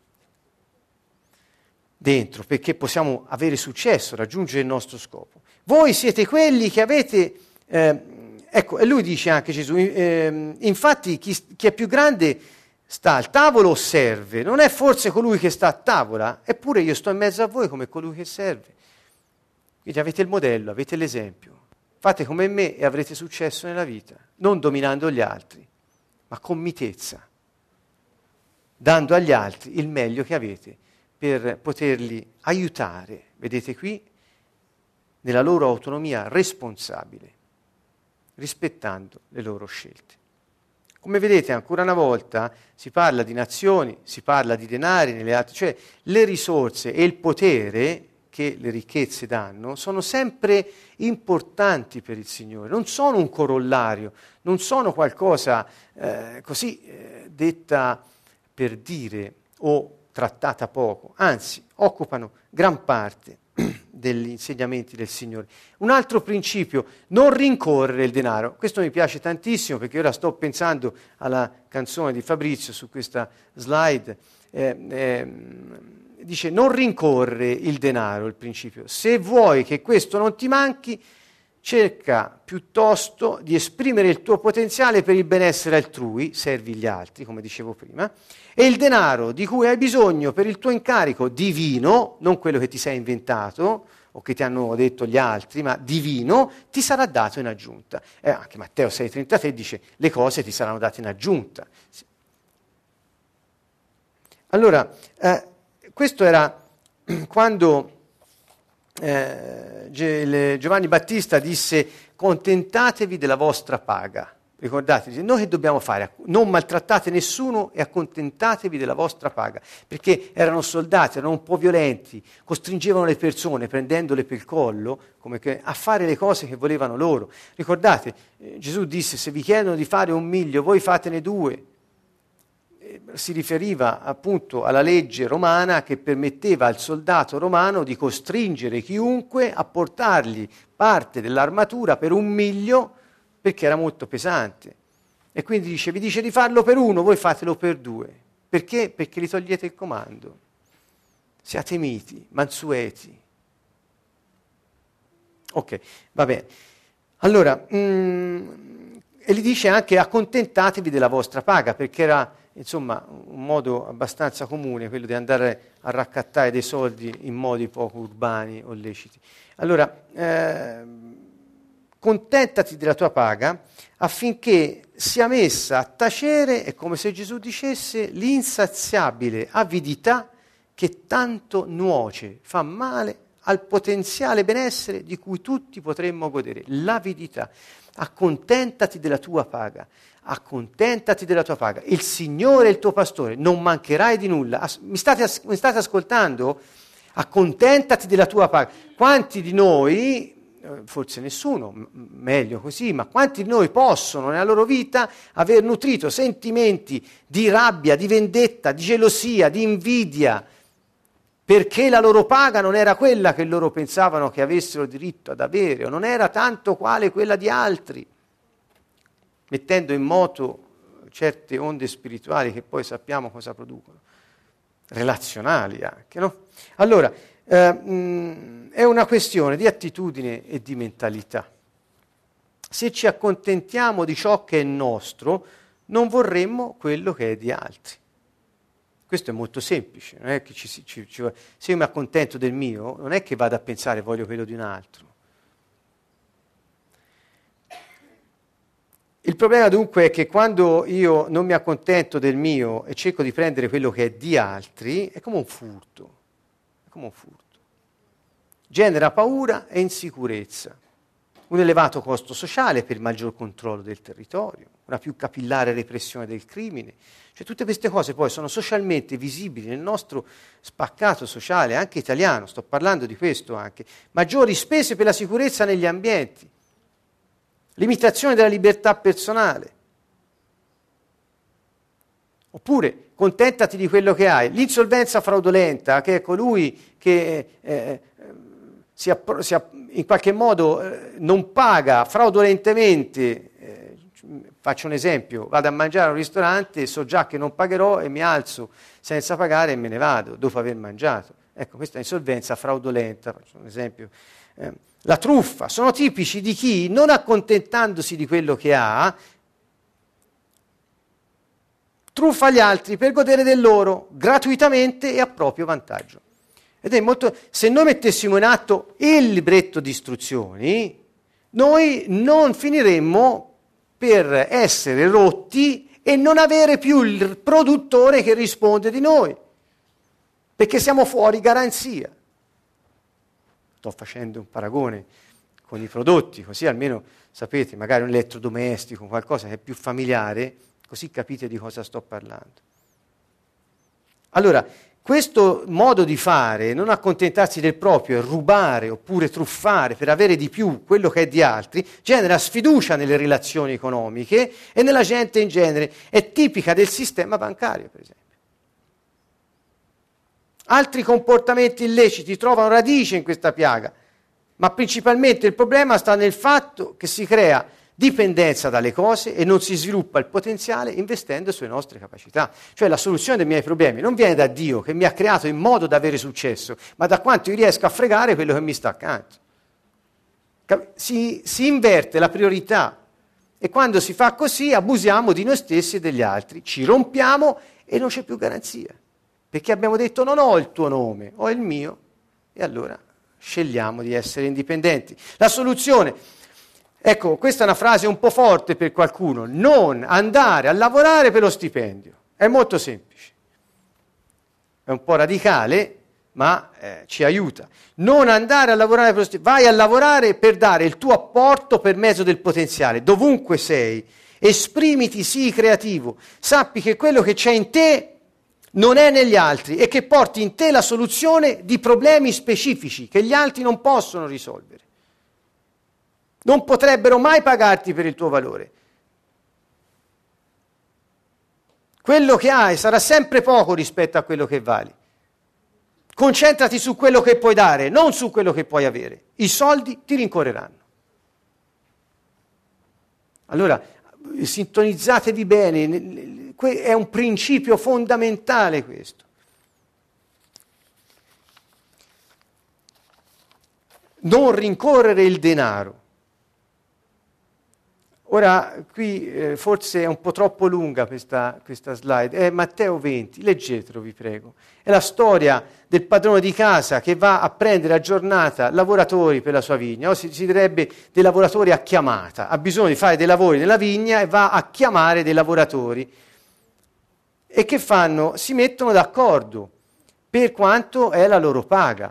Speaker 1: dentro, perché possiamo avere successo, raggiungere il nostro scopo. Voi siete quelli che avete, eh, ecco, e lui dice anche Gesù, eh, infatti chi, chi è più grande sta al tavolo o serve? Non è forse colui che sta a tavola? Eppure io sto in mezzo a voi come colui che serve. Quindi avete il modello, avete l'esempio. Fate come me e avrete successo nella vita, non dominando gli altri, ma con mitezza, dando agli altri il meglio che avete per poterli aiutare, vedete qui, nella loro autonomia responsabile, rispettando le loro scelte. Come vedete, ancora una volta si parla di nazioni, si parla di denari, nelle altre, cioè le risorse e il potere che le ricchezze danno sono sempre importanti per il Signore, non sono un corollario, non sono qualcosa eh, così eh, detta per dire o trattata poco, anzi occupano gran parte degli insegnamenti del Signore. Un altro principio, non rincorrere il denaro. Questo mi piace tantissimo perché ora sto pensando alla canzone di Fabrizio su questa slide. Eh, eh, dice non rincorrere il denaro, il principio. Se vuoi che questo non ti manchi, cerca piuttosto di esprimere il tuo potenziale per il benessere altrui, servi gli altri, come dicevo prima, e il denaro di cui hai bisogno per il tuo incarico divino, non quello che ti sei inventato o che ti hanno detto gli altri, ma divino, ti sarà dato in aggiunta. Eh, anche Matteo sei trentatré dice le cose ti saranno date in aggiunta. Allora, eh, questo era quando eh, Giovanni Battista disse contentatevi della vostra paga. Ricordate, dice, noi che dobbiamo fare? Non maltrattate nessuno e accontentatevi della vostra paga, perché erano soldati, erano un po' violenti, costringevano le persone, prendendole per il collo, come che, a fare le cose che volevano loro. Ricordate, eh, Gesù disse, se vi chiedono di fare un miglio, voi fatene due. Eh, si riferiva appunto alla legge romana che permetteva al soldato romano di costringere chiunque a portargli parte dell'armatura per un miglio, perché era molto pesante. E quindi dice, vi dice di farlo per uno, voi fatelo per due. Perché? Perché gli togliete il comando. Siate miti, mansueti. Ok, va bene. Allora, mm, e gli dice anche accontentatevi della vostra paga, perché era, insomma, un modo abbastanza comune quello di andare a raccattare dei soldi in modi poco urbani o leciti. Allora, eh, contentati della tua paga affinché sia messa a tacere, è come se Gesù dicesse, l'insaziabile avidità che tanto nuoce, fa male al potenziale benessere di cui tutti potremmo godere. L'avidità. Accontentati della tua paga, accontentati della tua paga. Il Signore è il tuo pastore, non mancherai di nulla. As- mi, state as- mi state ascoltando? Accontentati della tua paga. Quanti di noi, forse nessuno, m- meglio così, ma quanti di noi possono nella loro vita aver nutrito sentimenti di rabbia, di vendetta, di gelosia, di invidia, perché la loro paga non era quella che loro pensavano che avessero diritto ad avere, o non era tanto quale quella di altri, mettendo in moto certe onde spirituali che poi sappiamo cosa producono, relazionali anche, no? Allora, eh, mh, è una questione di attitudine e di mentalità. Se ci accontentiamo di ciò che è nostro, non vorremmo quello che è di altri. Questo è molto semplice, non è che ci, ci, ci, se io mi accontento del mio, non è che vado a pensare voglio quello di un altro. Il problema dunque è che quando io non mi accontento del mio e cerco di prendere quello che è di altri, è come un furto, è come un furto. Genera paura e insicurezza, un elevato costo sociale per il maggior controllo del territorio, una più capillare repressione del crimine. Cioè tutte queste cose poi sono socialmente visibili nel nostro spaccato sociale, anche italiano, sto parlando di questo anche. Maggiori spese per la sicurezza negli ambienti, limitazione della libertà personale, Oppure contentati di quello che hai. L'insolvenza fraudolenta, che è colui che eh, si appro- si app- in qualche modo eh, non paga fraudolentemente, eh, faccio un esempio, vado a mangiare a un ristorante, so già che non pagherò e mi alzo senza pagare e me ne vado dopo aver mangiato. Ecco, questa è insolvenza fraudolenta, faccio un esempio. Eh, la truffa, sono tipici di chi, non accontentandosi di quello che ha, truffa gli altri per godere del loro gratuitamente e a proprio vantaggio. Ed è molto, se noi mettessimo in atto il libretto di istruzioni, noi non finiremmo per essere rotti e non avere più il produttore che risponde di noi, perché siamo fuori garanzia. Sto facendo un paragone con i prodotti, così almeno sapete, magari un elettrodomestico, qualcosa che è più familiare, così capite di cosa sto parlando. Allora, questo modo di fare, non accontentarsi del proprio e rubare oppure truffare per avere di più quello che è di altri, genera sfiducia nelle relazioni economiche e nella gente in genere. È tipica del sistema bancario, per esempio. Altri comportamenti illeciti trovano radice in questa piaga, ma principalmente il problema sta nel fatto che si crea dipendenza dalle cose e non si sviluppa il potenziale investendo sulle nostre capacità. Cioè la soluzione dei miei problemi non viene da Dio che mi ha creato in modo da avere successo, ma da quanto io riesco a fregare quello che mi sta accanto. Si, si inverte la priorità e quando si fa così abusiamo di noi stessi e degli altri, ci rompiamo e non c'è più garanzia, perché abbiamo detto non ho il tuo nome, ho il mio e allora scegliamo di essere indipendenti. La soluzione, ecco, questa è una frase un po' forte per qualcuno, non andare a lavorare per lo stipendio. È molto semplice, è un po' radicale, ma eh, ci aiuta. Non andare a lavorare per lo stipendio, vai a lavorare per dare il tuo apporto per mezzo del potenziale, dovunque sei, esprimiti, sii creativo, sappi che quello che c'è in te non è negli altri e che porti in te la soluzione di problemi specifici che gli altri non possono risolvere. Non potrebbero mai pagarti per il tuo valore. Quello che hai sarà sempre poco rispetto a quello che vali. Concentrati su quello che puoi dare, non su quello che puoi avere. I soldi ti rincorreranno. Allora, sintonizzatevi bene, è un principio fondamentale questo. Non rincorrere il denaro. Ora, qui eh, forse è un po' troppo lunga questa, questa slide, è Matteo venti, leggetelo vi prego. È la storia del padrone di casa che va a prendere a giornata lavoratori per la sua vigna, o si, si direbbe dei lavoratori a chiamata, ha bisogno di fare dei lavori nella vigna e va a chiamare dei lavoratori. E che fanno? Si mettono d'accordo per quanto è la loro paga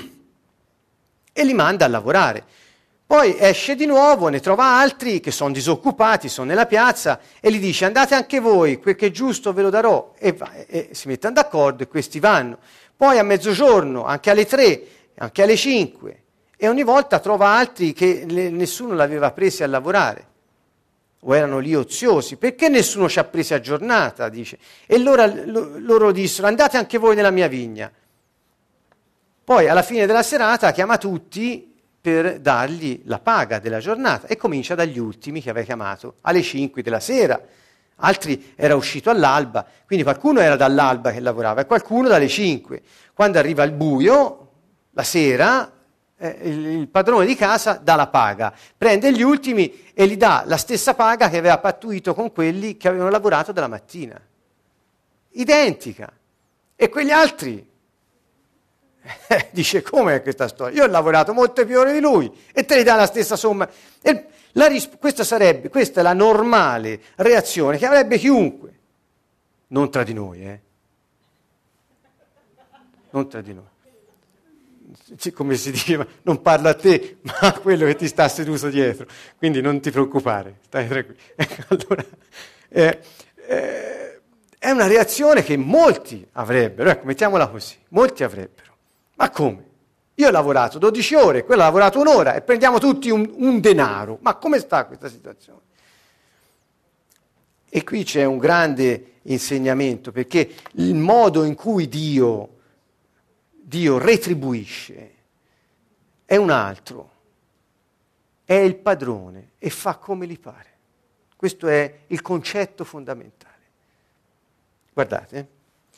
Speaker 1: e li manda a lavorare. Poi esce di nuovo, ne trova altri che sono disoccupati, sono nella piazza e gli dice andate anche voi, quel che è giusto ve lo darò, e, va, e, e si mettono d'accordo e questi vanno. Poi a mezzogiorno, anche alle tre, anche alle cinque e ogni volta trova altri che le, nessuno l'aveva presi a lavorare o erano lì oziosi, perché nessuno ci ha presi a giornata, dice. E loro, lo, loro dissero andate anche voi nella mia vigna. Poi alla fine della serata chiama tutti per dargli la paga della giornata e comincia dagli ultimi che aveva chiamato alle cinque della sera, altri era uscito all'alba, quindi qualcuno era dall'alba che lavorava e qualcuno dalle cinque. Quando arriva il buio, la sera, eh, il, il padrone di casa dà la paga, prende gli ultimi e gli dà la stessa paga che aveva pattuito con quelli che avevano lavorato dalla mattina. Identica. E quegli altri... dice com'è questa storia? Io ho lavorato molte più ore di lui e te li dà la stessa somma. E la risp- questa sarebbe, questa è la normale reazione che avrebbe chiunque. Non tra di noi, eh? Non tra di noi. Come si dice, non parlo a te, ma a quello che ti sta seduto dietro. Quindi non ti preoccupare, stai tranquillo. Allora, eh, eh, è una reazione che molti avrebbero, ecco, mettiamola così, molti avrebbero. Ma come? Io ho lavorato dodici ore, quello ha lavorato un'ora e prendiamo tutti un, un denaro. Ma come sta questa situazione? E qui c'è un grande insegnamento, perché il modo in cui Dio, Dio retribuisce è un altro, è il padrone e fa come gli pare. Questo è il concetto fondamentale. Guardate,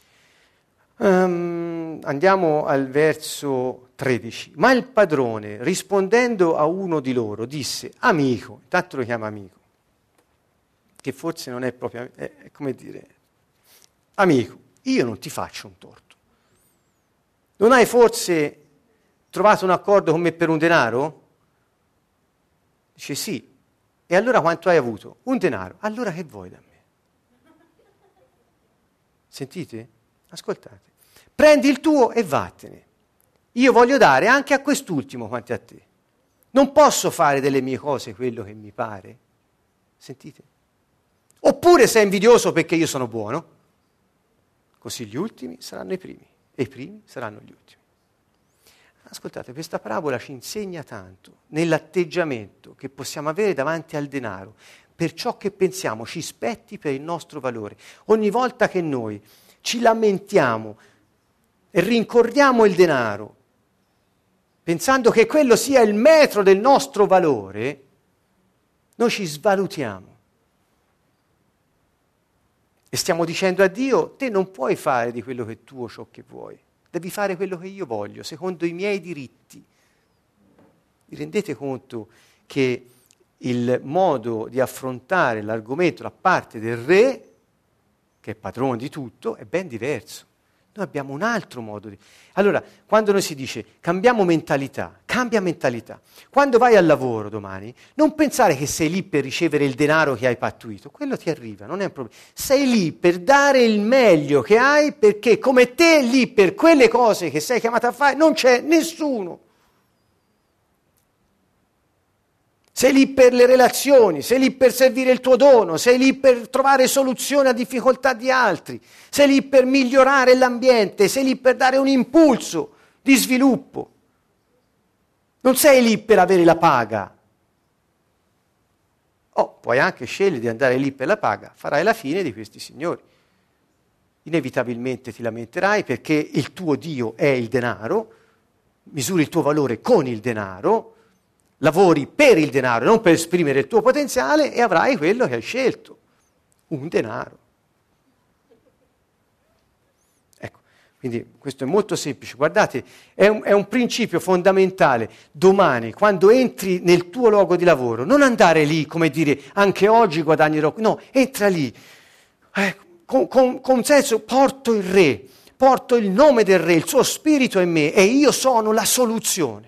Speaker 1: um, andiamo al verso tredici. Ma il padrone, rispondendo a uno di loro, disse: amico, intanto lo chiama amico, che forse non è proprio, è, è come dire, amico, io non ti faccio un torto. Non hai forse trovato un accordo con me per un denaro? Dice sì. E allora quanto hai avuto? Un denaro. Allora che vuoi da me? Sentite? Ascoltate. Prendi il tuo e vattene. Io voglio dare anche a quest'ultimo quanto a te. Non posso fare delle mie cose quello che mi pare. Sentite? Oppure sei invidioso perché io sono buono? Così gli ultimi saranno i primi e i primi saranno gli ultimi. Ascoltate, questa parabola ci insegna tanto nell'atteggiamento che possiamo avere davanti al denaro, per ciò che pensiamo ci spetti per il nostro valore. Ogni volta che noi ci lamentiamo e rincorriamo il denaro, pensando che quello sia il metro del nostro valore, noi ci svalutiamo. E stiamo dicendo a Dio: te non puoi fare di quello che è tuo ciò che vuoi. Devi fare quello che io voglio, secondo i miei diritti. Vi rendete conto che il modo di affrontare l'argomento da parte del re, che è padrone di tutto, è ben diverso. Noi abbiamo un altro modo di... Allora, quando noi si dice cambiamo mentalità, cambia mentalità. Quando vai al lavoro domani, non pensare che sei lì per ricevere il denaro che hai pattuito, quello ti arriva, non è un problema. Sei lì per dare il meglio che hai, perché come te lì per quelle cose che sei chiamato a fare non c'è nessuno. Sei lì per le relazioni, sei lì per servire il tuo dono, sei lì per trovare soluzioni a difficoltà di altri, sei lì per migliorare l'ambiente, sei lì per dare un impulso di sviluppo. Non sei lì per avere la paga. Oh, puoi anche scegliere di andare lì per la paga, farai la fine di questi signori. Inevitabilmente ti lamenterai perché il tuo Dio è il denaro, misuri il tuo valore con il denaro, lavori per il denaro, non per esprimere il tuo potenziale, e avrai quello che hai scelto, un denaro. Ecco, quindi questo è molto semplice. Guardate, è un, è un principio fondamentale. Domani, quando entri nel tuo luogo di lavoro, non andare lì, come dire, anche oggi guadagnerò. No, entra lì, eh, con, con, con senso, porto il re, porto il nome del re, il suo spirito in me, e io sono la soluzione.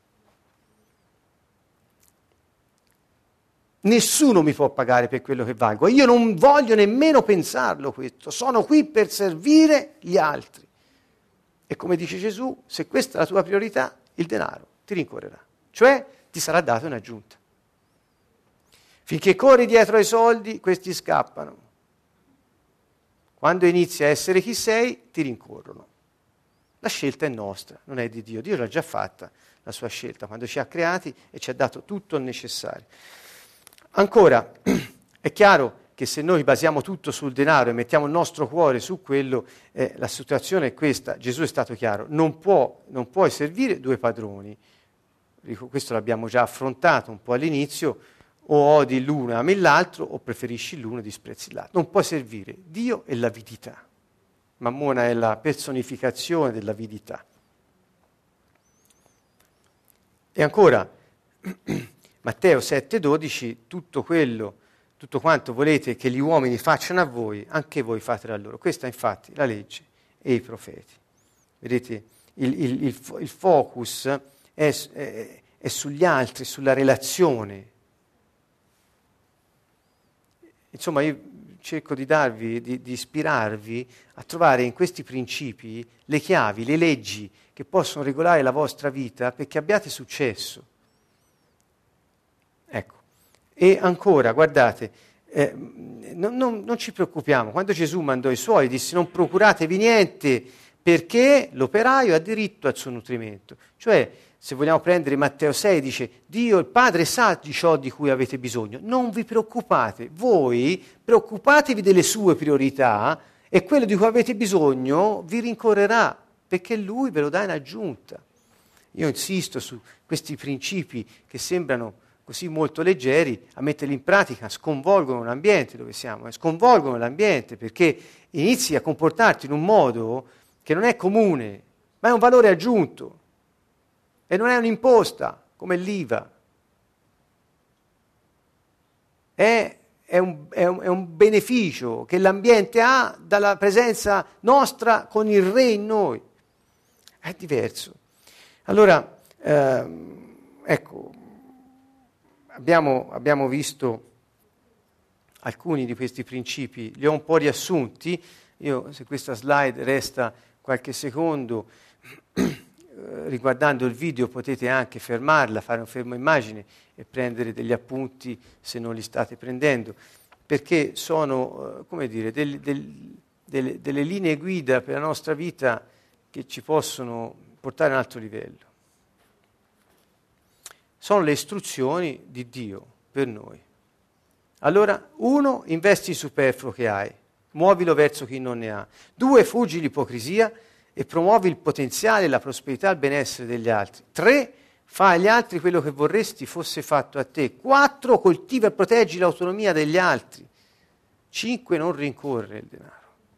Speaker 1: Nessuno mi può pagare per quello che valgo. Io non voglio nemmeno pensarlo questo. Sono qui per servire gli altri. E come dice Gesù, se questa è la tua priorità, il denaro ti rincorrerà. Cioè ti sarà dato in aggiunta. Finché corri dietro ai soldi, questi scappano. Quando inizi a essere chi sei, ti rincorrono. La scelta è nostra, non è di Dio. Dio l'ha già fatta, la sua scelta, quando ci ha creati e ci ha dato tutto il necessario. Ancora, è chiaro che se noi basiamo tutto sul denaro e mettiamo il nostro cuore su quello, eh, la situazione è questa. Gesù è stato chiaro: non può, non puoi servire due padroni. Dico, questo l'abbiamo già affrontato un po' all'inizio: o odi l'uno e ami l'altro, o preferisci l'uno e disprezzi l'altro. Non puoi servire Dio e l'avidità. Mammona è la personificazione dell'avidità. E ancora, Matteo sette dodici, tutto quello, tutto quanto volete che gli uomini facciano a voi, anche voi fatelo a loro. Questa infatti la legge e i profeti. Vedete, il, il, il, il focus è, è, è sugli altri, sulla relazione. Insomma, io cerco di darvi, di, di ispirarvi a trovare in questi principi le chiavi, le leggi che possono regolare la vostra vita perché abbiate successo. Ecco, e ancora, guardate, eh, non, non, non ci preoccupiamo. Quando Gesù mandò i suoi, disse: non procuratevi niente perché l'operaio ha diritto al suo nutrimento. Cioè, se vogliamo prendere Matteo sei, dice, Dio il Padre sa di ciò di cui avete bisogno, non vi preoccupate, voi preoccupatevi delle sue priorità e quello di cui avete bisogno vi rincorrerà, perché Lui ve lo dà in aggiunta. Io insisto su questi principi che sembrano così molto leggeri, a metterli in pratica sconvolgono l'ambiente dove siamo, eh, sconvolgono l'ambiente perché inizi a comportarti in un modo che non è comune, ma è un valore aggiunto e non è un'imposta come l'I V A. È, è, un, è, un, è un beneficio che l'ambiente ha dalla presenza nostra con il Re in noi. È diverso. Allora, ehm, ecco, abbiamo, abbiamo visto alcuni di questi principi, li ho un po' riassunti. Io, se questa slide resta qualche secondo, riguardando il video potete anche fermarla, fare un fermo immagine e prendere degli appunti se non li state prendendo, perché sono, come dire, del, del, delle, delle linee guida per la nostra vita che ci possono portare a un altro livello. Sono le istruzioni di Dio per noi. Allora, uno, investi il superfluo che hai, muovilo verso chi non ne ha. Due, fuggi l'ipocrisia e promuovi il potenziale, la prosperità e il benessere degli altri. Tre, fai agli altri quello che vorresti fosse fatto a te. Quattro, coltiva e proteggi l'autonomia degli altri. Cinque, non rincorrere il denaro.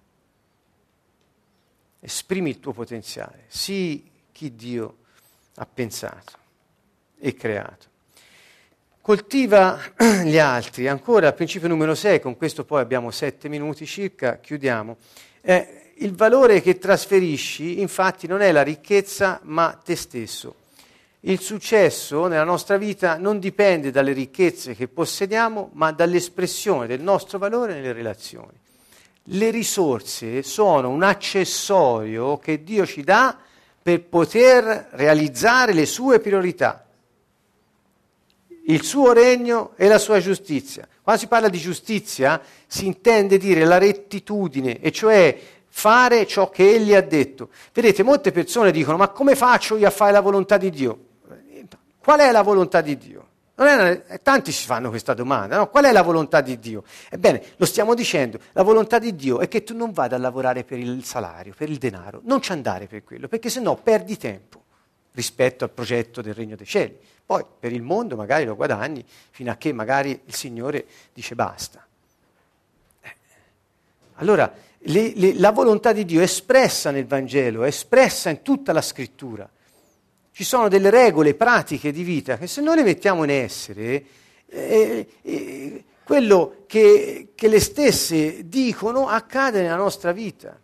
Speaker 1: Esprimi il tuo potenziale, sii chi Dio ha pensato e creato. Coltiva gli altri. Ancora, principio numero sei, con questo poi abbiamo sette minuti circa, chiudiamo. Eh, il valore che trasferisci, infatti, non è la ricchezza, ma te stesso. Il successo nella nostra vita non dipende dalle ricchezze che possediamo, ma dall'espressione del nostro valore nelle relazioni. Le risorse sono un accessorio che Dio ci dà per poter realizzare le sue priorità, il suo regno e la sua giustizia. Quando si parla di giustizia si intende dire la rettitudine, e cioè fare ciò che Egli ha detto. Vedete, molte persone dicono, ma come faccio io a fare la volontà di Dio? Qual è la volontà di Dio? Non è una, tanti si fanno questa domanda, no? Qual è la volontà di Dio? Ebbene, lo stiamo dicendo, la volontà di Dio è che tu non vada a lavorare per il salario, per il denaro, non ci andare per quello, perché sennò perdi tempo rispetto al progetto del Regno dei Cieli. Poi per il mondo magari lo guadagni fino a che magari il Signore dice basta. Eh. Allora, le, le, la volontà di Dio è espressa nel Vangelo, è espressa in tutta la Scrittura. Ci sono delle regole pratiche di vita che se noi le mettiamo in essere, eh, eh, quello che, che le stesse dicono accade nella nostra vita.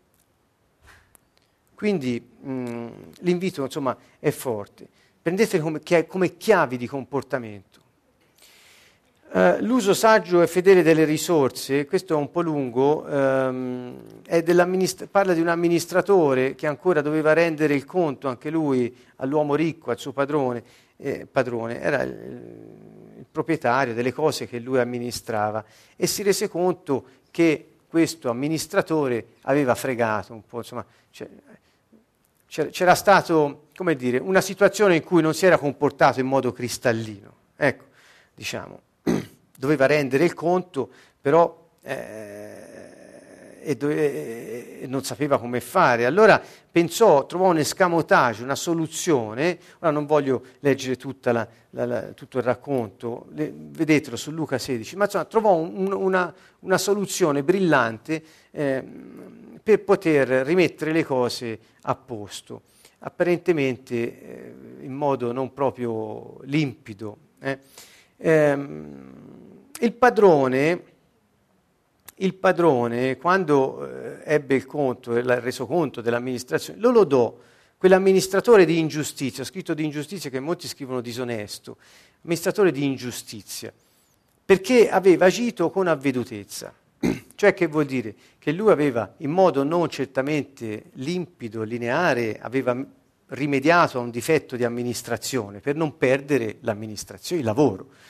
Speaker 1: Quindi mh, l'invito, insomma, è forte. Prendete come, come chiavi di comportamento. Uh, l'uso saggio e fedele delle risorse, questo è un po' lungo, um, è parla di un amministratore che ancora doveva rendere il conto, anche lui, all'uomo ricco, al suo padrone, eh, padrone, era il, il proprietario delle cose che lui amministrava, e si rese conto che questo amministratore aveva fregato un po', insomma, cioè, c'era, c'era stato, come dire, una situazione in cui non si era comportato in modo cristallino, ecco, diciamo. Doveva rendere il conto, però eh, e, dove, e non sapeva come fare. Allora pensò, trovò un escamotage, una soluzione. Ora non voglio leggere tutta la, la, la, tutto il racconto, le, vedetelo su Luca sedici, ma insomma trovò un, una, una soluzione brillante eh, per poter rimettere le cose a posto, apparentemente eh, in modo non proprio limpido. Eh. Ehm, il padrone, il padrone, quando eh, ebbe il conto, il resoconto dell'amministrazione, lo lodò, quell'amministratore di ingiustizia, ho scritto di ingiustizia che molti scrivono disonesto, amministratore di ingiustizia, perché aveva agito con avvedutezza. Cioè, che vuol dire? Che lui aveva, in modo non certamente limpido, lineare, aveva rimediato a un difetto di amministrazione per non perdere l'amministrazione, il lavoro.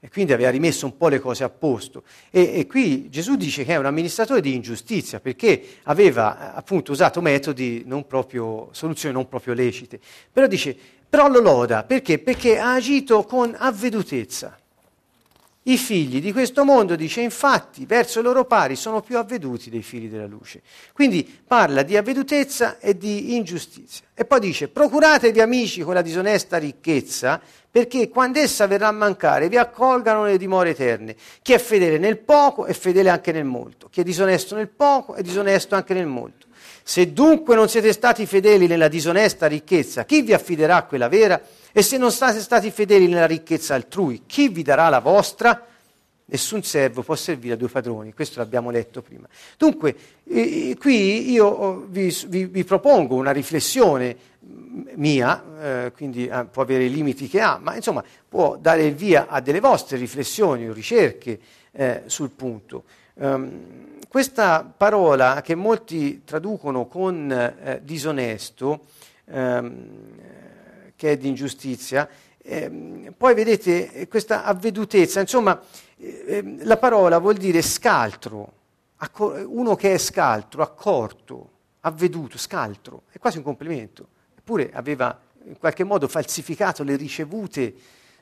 Speaker 1: e quindi aveva rimesso un po' le cose a posto. E, e qui Gesù dice che è un amministratore di ingiustizia, perché aveva appunto usato metodi non proprio, soluzioni non proprio lecite. Però dice, però lo loda, perché? Perché ha agito con avvedutezza. I figli di questo mondo, dice, infatti, verso i loro pari sono più avveduti dei figli della luce. Quindi parla di avvedutezza e di ingiustizia. E poi dice, procuratevi amici con la disonesta ricchezza, perché quando essa verrà a mancare vi accolgano nelle dimore eterne. Chi è fedele nel poco è fedele anche nel molto. Chi è disonesto nel poco è disonesto anche nel molto. Se dunque non siete stati fedeli nella disonesta ricchezza, chi vi affiderà a quella vera? E se non siete stati fedeli nella ricchezza altrui, chi vi darà la vostra? Nessun servo può servire a due padroni, questo l'abbiamo letto prima. Dunque, eh, qui io vi, vi, vi propongo una riflessione mia, eh, quindi eh, può avere i limiti che ha, ma insomma può dare il via a delle vostre riflessioni o ricerche eh, sul punto. Um, questa parola che molti traducono con eh, disonesto, ehm, che è di ingiustizia, eh, poi vedete questa avvedutezza, insomma eh, la parola vuol dire scaltro, accor- uno che è scaltro, accorto, avveduto, scaltro, è quasi un complimento, eppure aveva in qualche modo falsificato le ricevute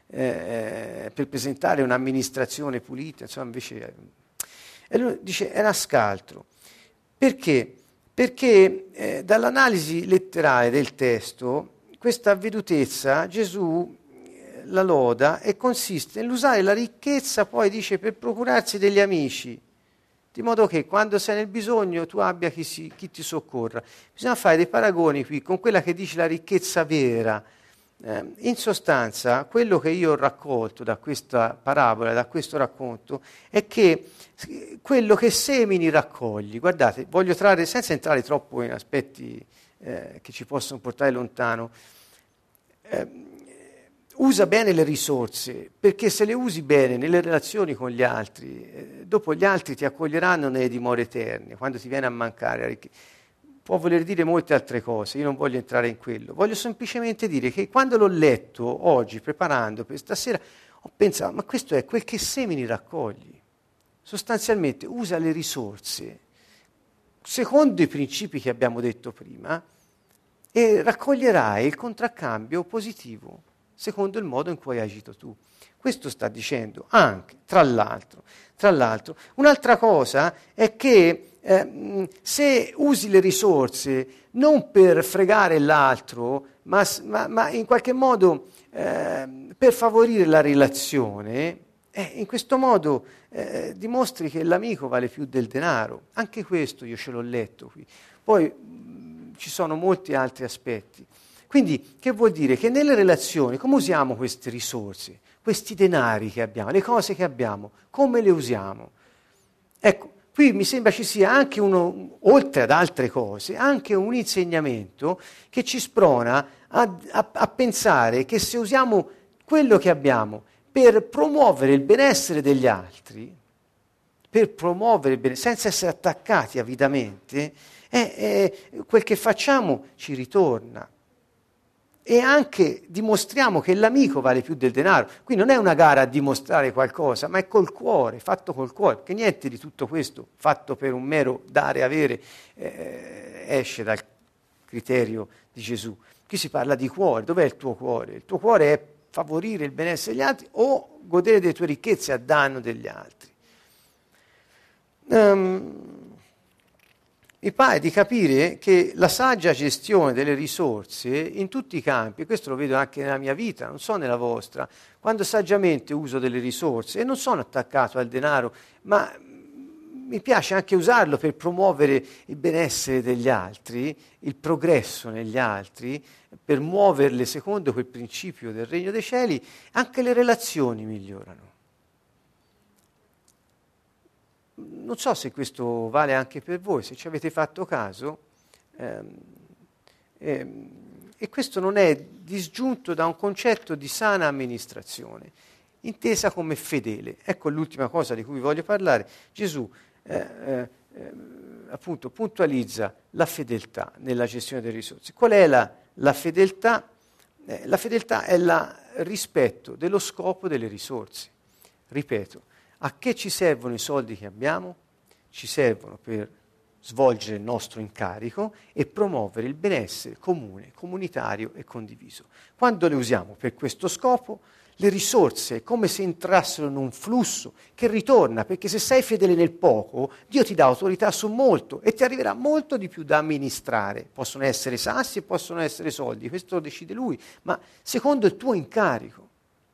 Speaker 1: eh, per presentare un'amministrazione pulita, insomma invece... Eh, e lui dice era scaltro. Perché? Perché eh, dall'analisi letterale del testo questa avvedutezza Gesù eh, la loda e consiste nell'usare la ricchezza, poi dice, per procurarsi degli amici, di modo che quando sei nel bisogno tu abbia chi, si, chi ti soccorra. Bisogna fare dei paragoni qui con quella che dice la ricchezza vera. Eh, in sostanza, quello che io ho raccolto da questa parabola, da questo racconto, è che quello che semini raccogli. Guardate, voglio trarre, senza entrare troppo in aspetti eh, che ci possono portare lontano, eh, usa bene le risorse, perché se le usi bene nelle relazioni con gli altri, eh, dopo gli altri ti accoglieranno nelle dimore eterne, quando ti viene a mancare. Può voler dire molte altre cose, io non voglio entrare in quello, voglio semplicemente dire che quando l'ho letto oggi, preparando per stasera, ho pensato, ma questo è quel che semini raccogli. Sostanzialmente usa le risorse secondo i principi che abbiamo detto prima e raccoglierai il contraccambio positivo secondo il modo in cui hai agito tu. Questo sta dicendo anche, tra l'altro. Tra l'altro, un'altra cosa è che eh, se usi le risorse non per fregare l'altro, ma, ma, ma in qualche modo eh, per favorire la relazione, eh, in questo modo eh, dimostri che l'amico vale più del denaro. Anche questo io ce l'ho letto qui. Poi mh, ci sono molti altri aspetti. Quindi, che vuol dire? Che nelle relazioni, come usiamo queste risorse, questi denari che abbiamo, le cose che abbiamo, come le usiamo? Ecco, qui mi sembra ci sia anche uno, oltre ad altre cose, anche un insegnamento che ci sprona a, a, a pensare che se usiamo quello che abbiamo per promuovere il benessere degli altri, per promuovere il benessere, senza essere attaccati avidamente, eh, eh, quel che facciamo ci ritorna. E anche dimostriamo che l'amico vale più del denaro. Qui non è una gara a dimostrare qualcosa, ma è col cuore, fatto col cuore, perché niente di tutto questo, fatto per un mero dare e avere, eh, esce dal criterio di Gesù. Qui si parla di cuore. Dov'è il tuo cuore? Il tuo cuore è favorire il benessere degli altri o godere delle tue ricchezze a danno degli altri. Um, Mi pare di capire che la saggia gestione delle risorse in tutti i campi, questo lo vedo anche nella mia vita, non so nella vostra, quando saggiamente uso delle risorse e non sono attaccato al denaro, ma mi piace anche usarlo per promuovere il benessere degli altri, il progresso negli altri, per muoverle secondo quel principio del regno dei cieli, anche le relazioni migliorano. Non so se questo vale anche per voi, se ci avete fatto caso, ehm, ehm, e questo non è disgiunto da un concetto di sana amministrazione, intesa come fedele. Ecco l'ultima cosa di cui vi voglio parlare. Gesù eh, eh, appunto puntualizza la fedeltà nella gestione delle risorse. Qual è la, la fedeltà? Eh, la fedeltà è il rispetto dello scopo delle risorse. ripeto, a che ci servono i soldi che abbiamo? Ci servono per svolgere il nostro incarico e promuovere il benessere comune, comunitario e condiviso. Quando le usiamo per questo scopo, le risorse è come se entrassero in un flusso che ritorna, perché se sei fedele nel poco, Dio ti dà autorità su molto e ti arriverà molto di più da amministrare. Possono essere sassi e possono essere soldi, questo lo decide Lui, ma secondo il tuo incarico.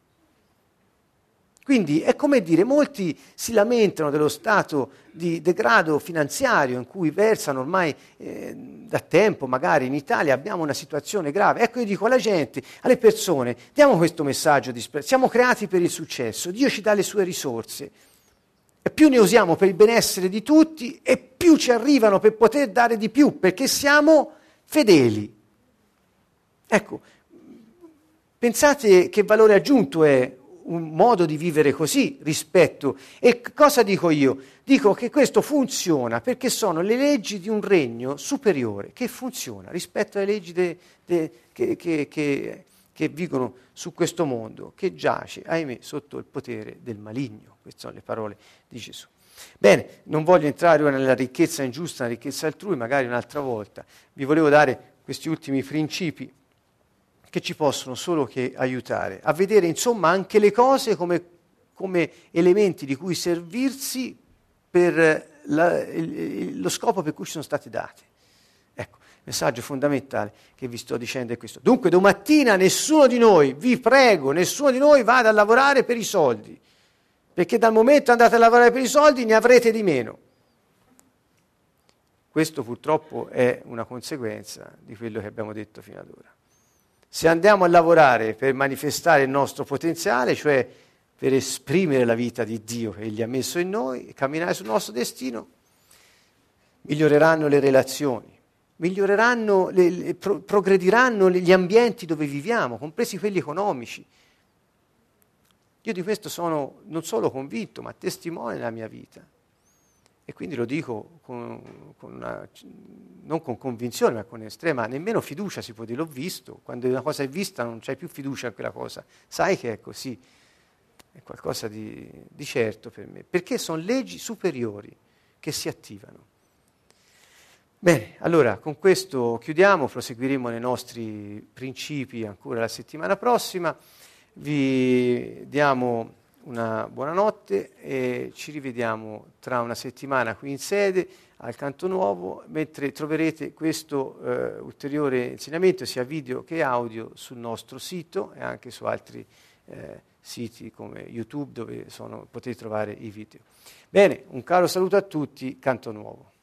Speaker 1: Quindi è come dire, molti si lamentano dello stato di degrado finanziario in cui versano ormai eh, da tempo, magari in Italia abbiamo una situazione grave. Ecco, io dico alla gente, alle persone, diamo questo messaggio di speranza. Siamo creati per il successo, Dio ci dà le sue risorse. E più ne usiamo per il benessere di tutti e più ci arrivano per poter dare di più, perché siamo fedeli. Ecco, pensate che valore aggiunto è un modo di vivere così rispetto. E cosa dico io? Dico che questo funziona perché sono le leggi di un regno superiore che funziona rispetto alle leggi de, de, che, che, che, che vigono su questo mondo, che giace, ahimè, sotto il potere del maligno. Queste sono le parole di Gesù. Bene, non voglio entrare ora nella ricchezza ingiusta, nella ricchezza altrui, magari un'altra volta. Vi volevo dare questi ultimi principi che ci possono solo che aiutare a vedere insomma anche le cose come, come elementi di cui servirsi per la, il, lo scopo per cui ci sono state date. Ecco, il messaggio fondamentale che vi sto dicendo è questo. Dunque domattina nessuno di noi, vi prego, nessuno di noi vada a lavorare per i soldi, perché dal momento che andate a lavorare per i soldi ne avrete di meno. Questo purtroppo è una conseguenza di quello che abbiamo detto fino ad ora. Se andiamo a lavorare per manifestare il nostro potenziale, cioè per esprimere la vita di Dio che Egli ha messo in noi e camminare sul nostro destino, miglioreranno le relazioni, miglioreranno, le, le, pro, progrediranno gli ambienti dove viviamo, compresi quelli economici. Io di questo sono non solo convinto, ma testimone nella mia vita. E quindi lo dico con, con una, non con convinzione, ma con estrema, nemmeno fiducia si può dire, l'ho visto. Quando una cosa è vista non c'hai più fiducia in quella cosa. Sai che è così, è qualcosa di, di certo per me. Perché sono leggi superiori che si attivano. Bene, allora con questo chiudiamo, proseguiremo nei nostri principi ancora la settimana prossima. Vi diamo una buonanotte e ci rivediamo tra una settimana qui in sede al Canto Nuovo, mentre troverete questo eh, ulteriore insegnamento sia video che audio sul nostro sito e anche su altri eh, siti come YouTube dove sono, potete trovare i video. Bene, un caro saluto a tutti, Canto Nuovo.